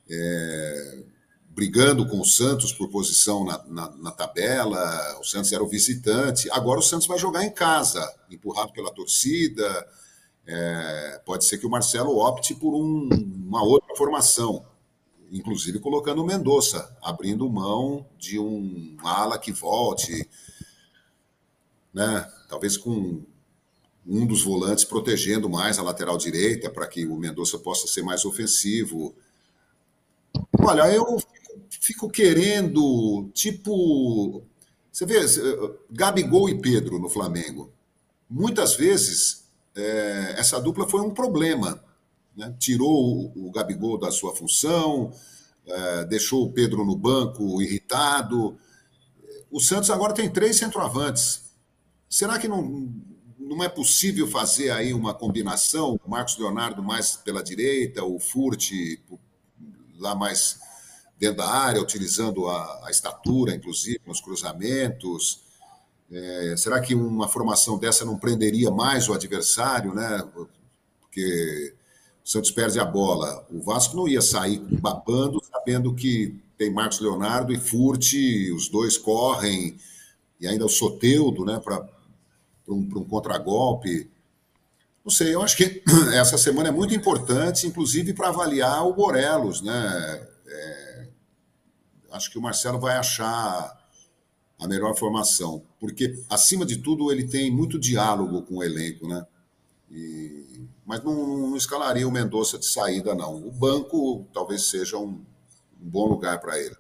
é, brigando com o Santos por posição na, na, na tabela. O Santos era o visitante. Agora o Santos vai jogar em casa, empurrado pela torcida. É, pode ser que o Marcelo opte por um, uma outra formação, inclusive colocando o Mendonça, abrindo mão de um ala que volte, né? Talvez com um dos volantes protegendo mais a lateral direita para que o Mendonça possa ser mais ofensivo. Olha, eu fico, fico querendo, tipo, você vê, Gabigol e Pedro no Flamengo. Muitas vezes é, essa dupla foi um problema. Né? Tirou o, o Gabigol da sua função, é, deixou o Pedro no banco irritado. O Santos agora tem três centroavantes. Será que não, não é possível fazer aí uma combinação? O Marcos Leonardo mais pela direita, o Furt lá mais dentro da área, utilizando a, a estatura, inclusive, nos cruzamentos. É, será que uma formação dessa não prenderia mais o adversário, né? Porque o Santos perde a bola. O Vasco não ia sair babando, sabendo que tem Marcos Leonardo e Furt, os dois correm, e ainda o Soteldo, né, para um, um contragolpe. Não sei, eu acho que essa semana é muito importante, inclusive para avaliar o Morelos, né? É, acho que o Marcelo vai achar a melhor formação, porque, acima de tudo, ele tem muito diálogo com o elenco, né? E, mas não, não escalaria o Mendonça de saída, não. O banco talvez seja um, um bom lugar para ele.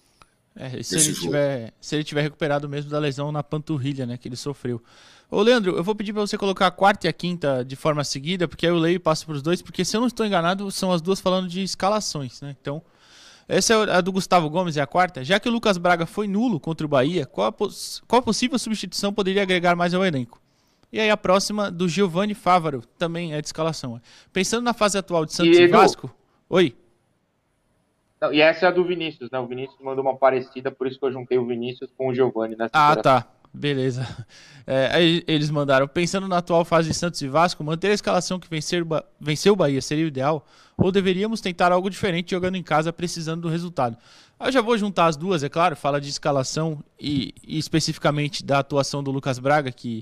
É, se, ele tiver, se ele tiver recuperado mesmo da lesão na panturrilha, né, que ele sofreu. Ô, Leandro, eu vou pedir para você colocar a quarta e a quinta de forma seguida, porque aí eu leio e passo para os dois, porque se eu não estou enganado, são as duas falando de escalações, né? Então, essa é a do Gustavo Gomes, é a quarta. Já que o Lucas Braga foi nulo contra o Bahia, qual a, poss- qual a possível substituição poderia agregar mais ao elenco? E aí a próxima, do Giovanni Fávaro, também é de escalação. Pensando na fase atual de Santos e, e Vasco... Oi? Não, e essa é a do Vinícius, né? O Vinícius mandou uma parecida, por isso que eu juntei o Vinícius com o Giovanni nessa Ah, tá. Beleza. É, aí eles mandaram, pensando na atual fase de Santos e Vasco, manter a escalação que vencer, venceu o Bahia seria o ideal? Ou deveríamos tentar algo diferente jogando em casa, precisando do resultado? Eu já vou juntar as duas, é claro, fala de escalação e, e especificamente da atuação do Lucas Braga, que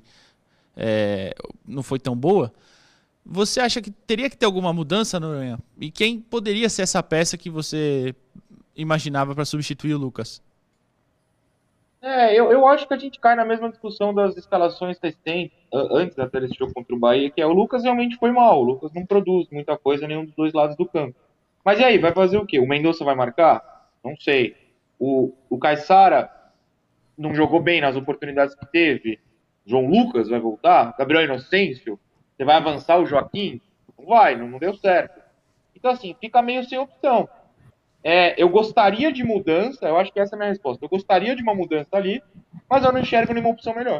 é, não foi tão boa. Você acha que teria que ter alguma mudança, Noronha? E quem poderia ser essa peça que você imaginava para substituir o Lucas? É, eu, eu acho que a gente cai na mesma discussão das escalações recentes, antes até desse jogo contra o Bahia, que é o Lucas realmente foi mal. O Lucas não produz muita coisa em nenhum dos dois lados do campo. Mas e aí, vai fazer o quê? O Mendonça vai marcar? Não sei. O, o Caissara não jogou bem nas oportunidades que teve. João Lucas vai voltar? Gabriel Inocêncio? Você vai avançar o Joaquim? Não vai, não, não deu certo. Então, assim, fica meio sem opção. É, eu gostaria de mudança, eu acho que essa é a minha resposta. Eu gostaria de uma mudança ali, mas eu não enxergo nenhuma opção melhor.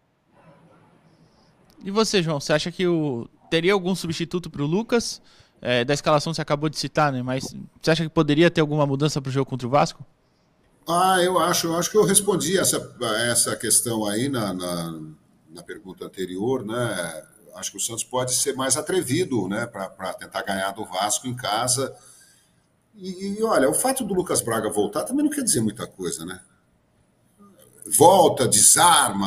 E você, João, você acha que o... teria algum substituto para o Lucas? É, da escalação você acabou de citar, né? Mas você acha que poderia ter alguma mudança para o jogo contra o Vasco? Ah, eu acho, eu acho que eu respondi essa, essa questão aí na, na, na pergunta anterior, né? Acho que o Santos pode ser mais atrevido, né? Para tentar ganhar do Vasco em casa. E, e olha, o fato do Lucas Braga voltar também não quer dizer muita coisa, né? Volta, desarma,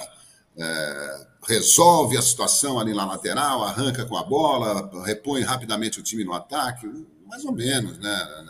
é, resolve a situação ali na lateral, arranca com a bola, repõe rapidamente o time no ataque, mais ou menos, né?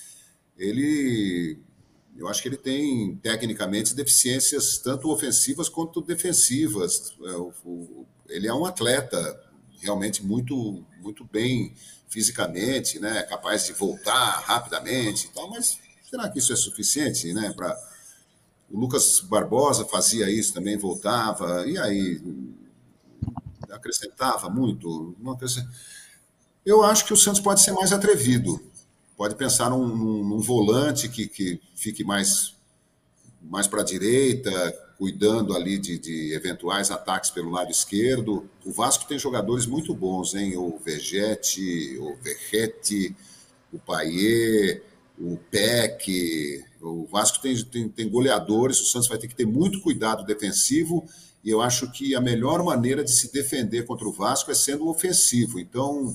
Ele, eu acho que ele tem tecnicamente deficiências tanto ofensivas quanto defensivas. Ele é um atleta realmente muito, muito bem fisicamente, né, capaz de voltar rapidamente e tal, mas será que isso é suficiente, né, para... O Lucas Barbosa fazia isso também, voltava, e aí acrescentava muito, não acrescent... Eu acho que o Santos pode ser mais atrevido, pode pensar num, num, num volante que, que fique mais, mais para a direita, cuidando ali de, de eventuais ataques pelo lado esquerdo. O Vasco tem jogadores muito bons, hein? O Vegete, o Verrete, o Paier, o Peck. O Vasco tem, tem, tem goleadores, o Santos vai ter que ter muito cuidado defensivo, e eu acho que a melhor maneira de se defender contra o Vasco é sendo ofensivo. Então,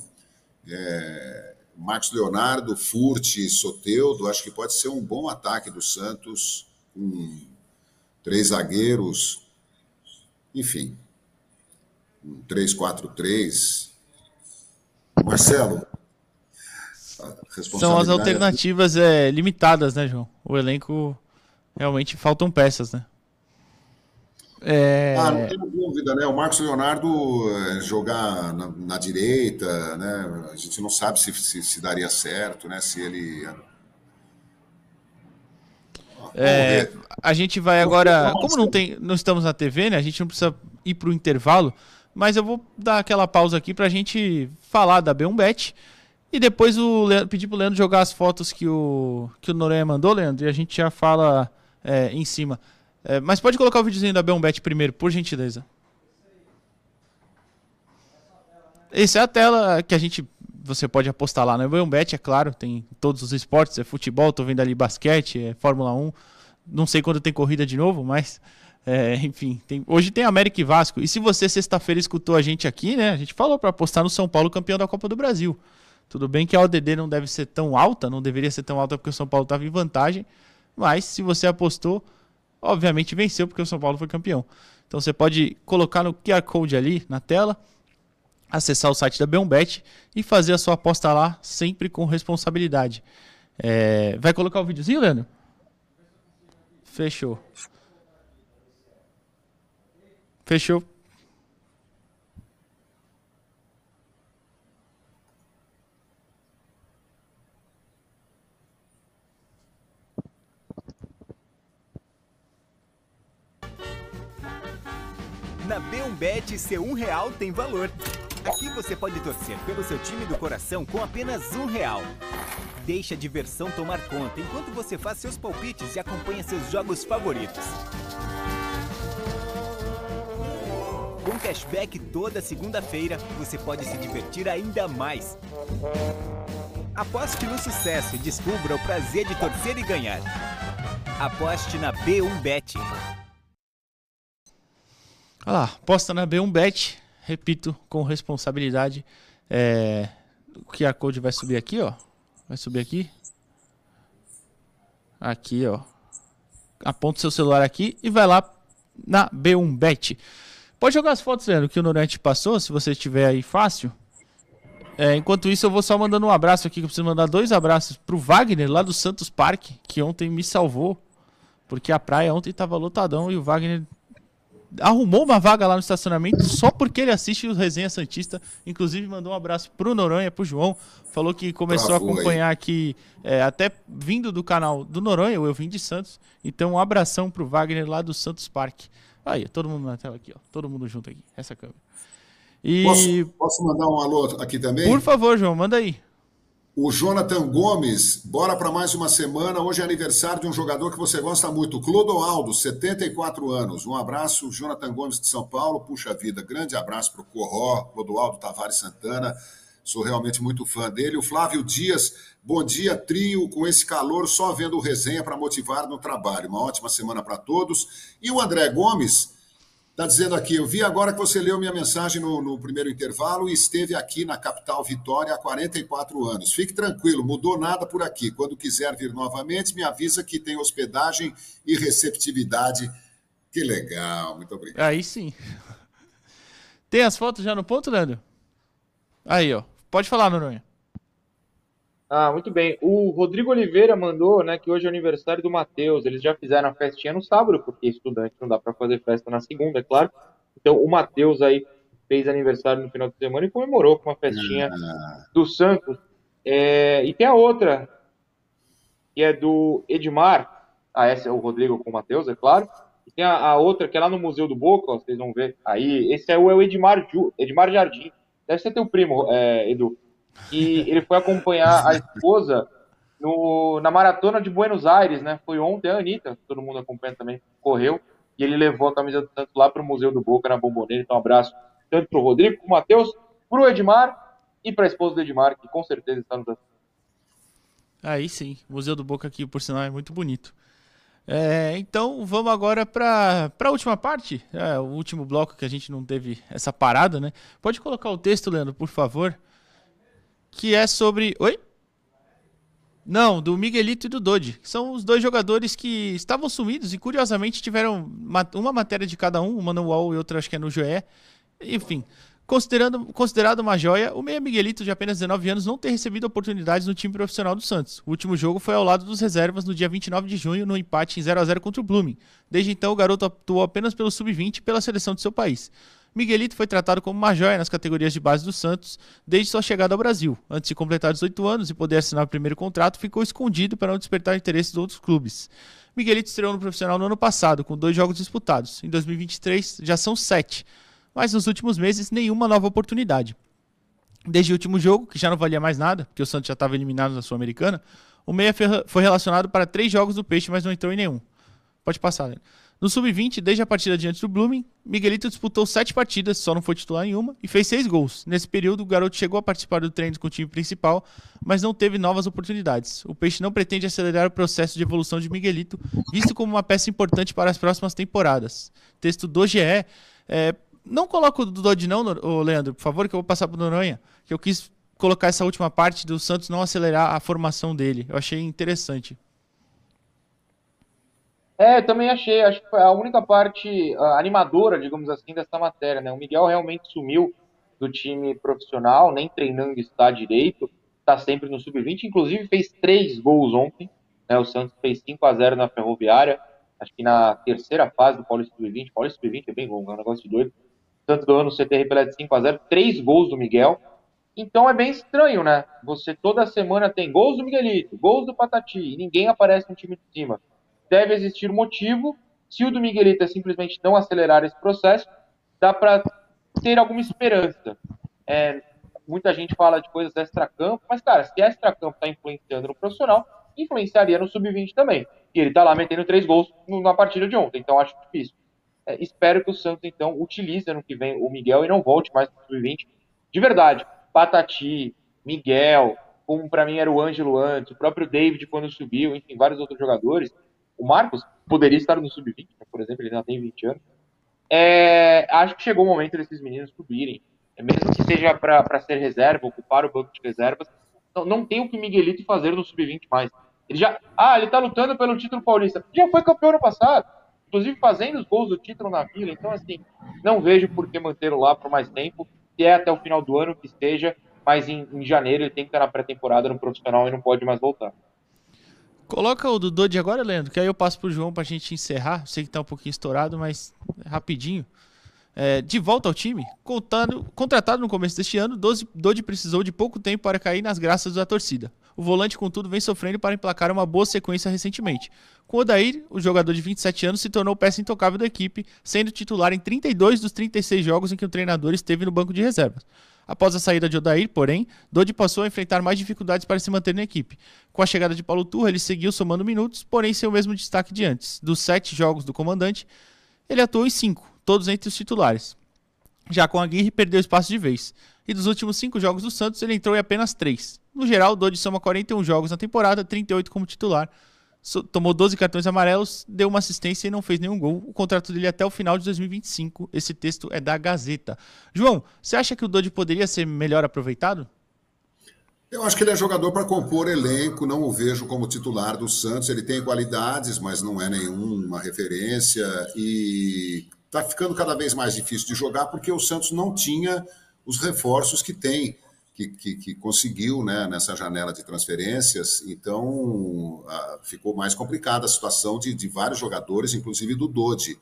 é, Marcos Leonardo, Furti, Soteldo, acho que pode ser um bom ataque do Santos, com três zagueiros, enfim, um três quatro três. Marcelo, são as alternativas é, limitadas, né, João? O elenco realmente faltam peças, né? É... Ah, não tenho dúvida, né? O Marcos Leonardo jogar na, na direita, né? A gente não sabe se, se, se daria certo, né? Se ele... É, a gente vai agora... Como não, tem, não estamos na T V, né? A gente não precisa ir para o intervalo, mas eu vou dar aquela pausa aqui para a gente falar da B um Bet. E depois o Leandro, pedir pro Leandro jogar as fotos que o, que o Noronha mandou, Leandro, e a gente já fala é, em cima. É, mas pode colocar o videozinho da B um Bet primeiro, por gentileza. Essa é a tela que a gente... Você pode apostar lá na B um Bet, é claro. Tem todos os esportes, é futebol, tô vendo ali basquete, é Fórmula um. Não sei quando tem corrida de novo, mas... É, enfim, tem, hoje tem América e Vasco. E se você sexta-feira escutou a gente aqui, né? A gente falou para apostar no São Paulo campeão da Copa do Brasil. Tudo bem que a O D D não deve ser tão alta, não deveria ser tão alta porque o São Paulo estava em vantagem, mas se você apostou, obviamente venceu porque o São Paulo foi campeão. Então você pode colocar no Q R Code ali na tela, acessar o site da B um Bet e fazer a sua aposta lá sempre com responsabilidade. É... Vai colocar o videozinho, Leandro? Fechou. Fechou. Na B um Bet, seu um real tem valor. Aqui você pode torcer pelo seu time do coração com apenas um real. Deixe a diversão tomar conta enquanto você faz seus palpites e acompanha seus jogos favoritos. Com cashback toda segunda-feira, você pode se divertir ainda mais. Aposte no sucesso e descubra o prazer de torcer e ganhar. Aposte na B um Bet. Olha lá, aposta na B um Bet, repito, com responsabilidade. É, o Q R Code vai subir aqui, ó. Vai subir aqui. Aqui, ó. Aponta o seu celular aqui e vai lá na B um Bet. Pode jogar as fotos, Leandro, que o Norete passou, se você estiver aí fácil. É, enquanto isso, eu vou só mandando um abraço aqui, que eu preciso mandar dois abraços pro Wagner, lá do Santos Parque, que ontem me salvou. porque a praia ontem estava lotadão e o Wagner arrumou uma vaga lá no estacionamento só porque ele assiste o Resenha Santista. Inclusive mandou um abraço pro Noronha, pro João. Falou que começou Travou a acompanhar aí. aqui, é, até vindo do canal do Noronha, eu vim de Santos. Então um abração pro Wagner lá do Santos Parque. Aí, todo mundo na tela aqui, ó. Todo mundo junto aqui, essa câmera. E... Posso, posso mandar um alô aqui também? Por favor, João, manda aí. O Jonathan Gomes, bora para mais uma semana. Hoje é aniversário de um jogador que você gosta muito, Clodoaldo, setenta e quatro anos. Um abraço, Jonathan Gomes de São Paulo. Puxa vida, grande abraço para o Corró, Clodoaldo Tavares Santana. Sou realmente muito fã dele. O Flávio Dias, bom dia, trio. Com esse calor, só vendo o Resenha para motivar no trabalho. Uma ótima semana para todos. E o André Gomes está dizendo aqui, eu vi agora que você leu minha mensagem no, no primeiro intervalo e esteve aqui na capital Vitória há quarenta e quatro anos. Fique tranquilo, mudou nada por aqui. Quando quiser vir novamente, me avisa que tem hospedagem e receptividade. Que legal, muito obrigado. Aí sim. Tem as fotos já no ponto, Leandro? Aí, ó. Pode falar, Noronha. Ah, muito bem. O Rodrigo Oliveira mandou, né, que hoje é aniversário do Matheus. Eles já fizeram a festinha no sábado, porque estudante não dá para fazer festa na segunda, é claro. Então, o Matheus aí fez aniversário no final de semana e comemorou com uma festinha ah. do Santos. É, e tem a outra, que é do Edmar. Ah, essa é o Rodrigo com o Matheus, é claro. E tem a, a outra, que é lá no Museu do Boca, ó, vocês vão ver. Aí, esse é o, é o Edmar, Ju, Edmar Jardim. Deve ser teu primo, é, Edu. E ele foi acompanhar a esposa no, na maratona de Buenos Aires, né? Foi ontem, a Anitta, todo mundo acompanha também, correu, e ele levou a camisa do Santos lá para o Museu do Boca, na Bomboneira. Então, um abraço tanto para o Rodrigo, para o Matheus, para o Edmar e para a esposa do Edmar, que com certeza está nos assistindo. Aí sim, o Museu do Boca aqui, por sinal, é muito bonito. É, então, vamos agora para a última parte, é, o último bloco que a gente não teve essa parada, né? Pode colocar o texto, Leandro, por favor. Que é sobre... Oi? Não, do Miguelito e do Dodi. Que são os dois jogadores que estavam sumidos e, curiosamente, tiveram uma matéria de cada um, uma no U O L e outra acho que é no G E. Enfim, considerando, considerado uma joia, o meia Miguelito, de apenas dezenove anos, não tem recebido oportunidades no time profissional do Santos. O último jogo foi ao lado dos reservas no dia vinte e nove de junho, no empate em zero a zero contra o Blooming. Desde então, o garoto atuou apenas pelo sub vinte e pela seleção de seu país. Miguelito foi tratado como uma joia nas categorias de base do Santos desde sua chegada ao Brasil. Antes de completar dezoito anos e poder assinar o primeiro contrato, ficou escondido para não despertar interesse de outros clubes. Miguelito estreou no profissional no ano passado, com dois jogos disputados. Em dois mil e vinte e três já são sete, mas nos últimos meses nenhuma nova oportunidade. Desde o último jogo, que já não valia mais nada, porque o Santos já estava eliminado na Sul-Americana, o meia foi relacionado para três jogos do Peixe, mas não entrou em nenhum. Pode passar, né? No sub vinte, desde a partida diante do Blooming, Miguelito disputou sete partidas, só não foi titular em uma, e fez seis gols. Nesse período, o garoto chegou a participar do treino com o time principal, mas não teve novas oportunidades. O Peixe não pretende acelerar o processo de evolução de Miguelito, visto como uma peça importante para as próximas temporadas. Texto do G E. É, não coloca o do Dodi não, Leandro, por favor, que eu vou passar para o Noronha, que eu quis colocar essa última parte do Santos não acelerar a formação dele. Eu achei interessante. É, eu também achei, acho que foi a única parte uh, animadora, digamos assim, dessa matéria, né? O Miguel realmente sumiu do time profissional, nem treinando está direito, está sempre no sub vinte, inclusive fez três gols ontem, né? O Santos fez cinco a zero na Ferroviária, acho que na terceira fase do Paulista sub vinte, Paulista sub vinte é bem longo, é um negócio de doido. O Santos ganhou no C T R Pelé de cinco a zero, três gols do Miguel. Então é bem estranho, né? Você toda semana tem gols do Miguelito, gols do Patati, e ninguém aparece no time de cima. Deve existir motivo. Se o do Miguelito é simplesmente não acelerar esse processo, dá para ter alguma esperança. É, muita gente fala de coisas extra-campo, mas, cara, se extra-campo está influenciando no profissional, influenciaria no sub vinte também. E ele está lá metendo três gols na partida de ontem, então acho difícil. É, espero que o Santos, então, utilize ano que vem o Miguel e não volte mais para o sub vinte. De verdade, Patati, Miguel, como para mim era o Ângelo antes, o próprio David quando subiu, enfim, vários outros jogadores. O Marcos poderia estar no sub vinte, por exemplo, ele já tem vinte anos. É, acho que chegou o momento desses meninos subirem, é, mesmo que seja para ser reserva, ocupar o banco de reservas. Não, não tem o que Miguelito fazer no sub vinte mais. Ele já, ah, ele tá lutando pelo título paulista. Já foi campeão no passado, inclusive fazendo os gols do título na Vila. Então, assim, não vejo por que mantê-lo lá por mais tempo. Se é até o final do ano, que esteja, mas em, em janeiro ele tem que estar na pré-temporada no profissional e não pode mais voltar. Coloca o do Dodge agora, Leandro, que aí eu passo pro João pra gente encerrar. Sei que tá um pouquinho estourado, mas é rapidinho. É, de volta ao time, contando, contratado no começo deste ano, Dodge precisou de pouco tempo para cair nas graças da torcida. O volante, contudo, vem sofrendo para emplacar uma boa sequência recentemente. Com o Odair, o jogador de vinte e sete anos se tornou peça intocável da equipe, sendo titular em trinta e dois dos trinta e seis jogos em que o treinador esteve no banco de reservas. Após a saída de Odair, porém, Dodge passou a enfrentar mais dificuldades para se manter na equipe. Com a chegada de Paulo Turra, ele seguiu somando minutos, porém sem o mesmo destaque de antes. Dos sete jogos do comandante, ele atuou em cinco, todos entre os titulares. Já com a Aguirre, perdeu espaço de vez. E dos últimos cinco jogos do Santos, ele entrou em apenas três. No geral, Dodge soma quarenta e um jogos na temporada, trinta e oito como titular. Tomou doze cartões amarelos, deu uma assistência e não fez nenhum gol. O contrato dele é até o final de dois mil e vinte e cinco. Esse texto é da Gazeta. João, você acha que o Dodge poderia ser melhor aproveitado? Eu acho que ele é jogador para compor elenco, não o vejo como titular do Santos. Ele tem qualidades, mas não é nenhuma referência. E está ficando cada vez mais difícil de jogar porque o Santos não tinha os reforços que tem. Que, que, que conseguiu, né, nessa janela de transferências, então a, ficou mais complicada a situação de, de vários jogadores, inclusive do Dodge.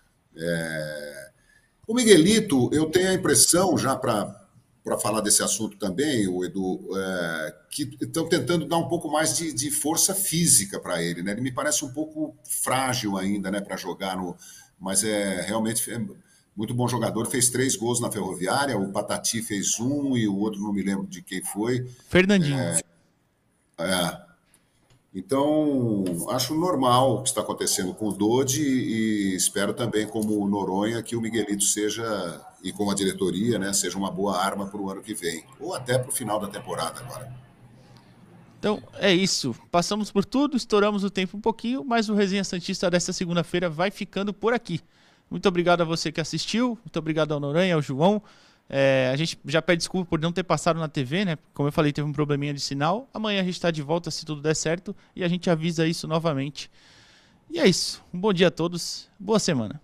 É... O Miguelito, eu tenho a impressão, já para falar desse assunto também, o Edu, é, que estão tentando dar um pouco mais de, de força física para ele, né? Ele me parece um pouco frágil ainda, né, para jogar, no, mas é realmente... É, muito bom jogador, fez três gols na Ferroviária, o Patati fez um e o outro não me lembro de quem foi. Fernandinho. É, é. Então, acho normal o que está acontecendo com o Dodge e espero também, como o Noronha, que o Miguelito seja, e com a diretoria, né, seja uma boa arma para o ano que vem, ou até para o final da temporada agora. Então, é isso. Passamos por tudo, estouramos o tempo um pouquinho, mas o Resenha Santista desta segunda-feira vai ficando por aqui. Muito obrigado a você que assistiu, muito obrigado ao Noronha, ao João. É, a gente já pede desculpa por não ter passado na T V, né? Como eu falei, teve um probleminha de sinal. Amanhã a gente está de volta se tudo der certo e a gente avisa isso novamente. E é isso. Um bom dia a todos. Boa semana.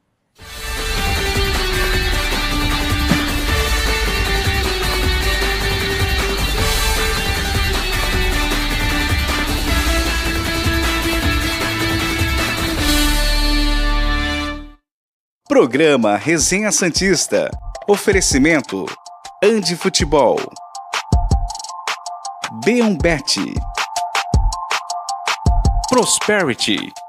Programa Resenha Santista. Oferecimento Andi Futebol, Beombet, Prosperity.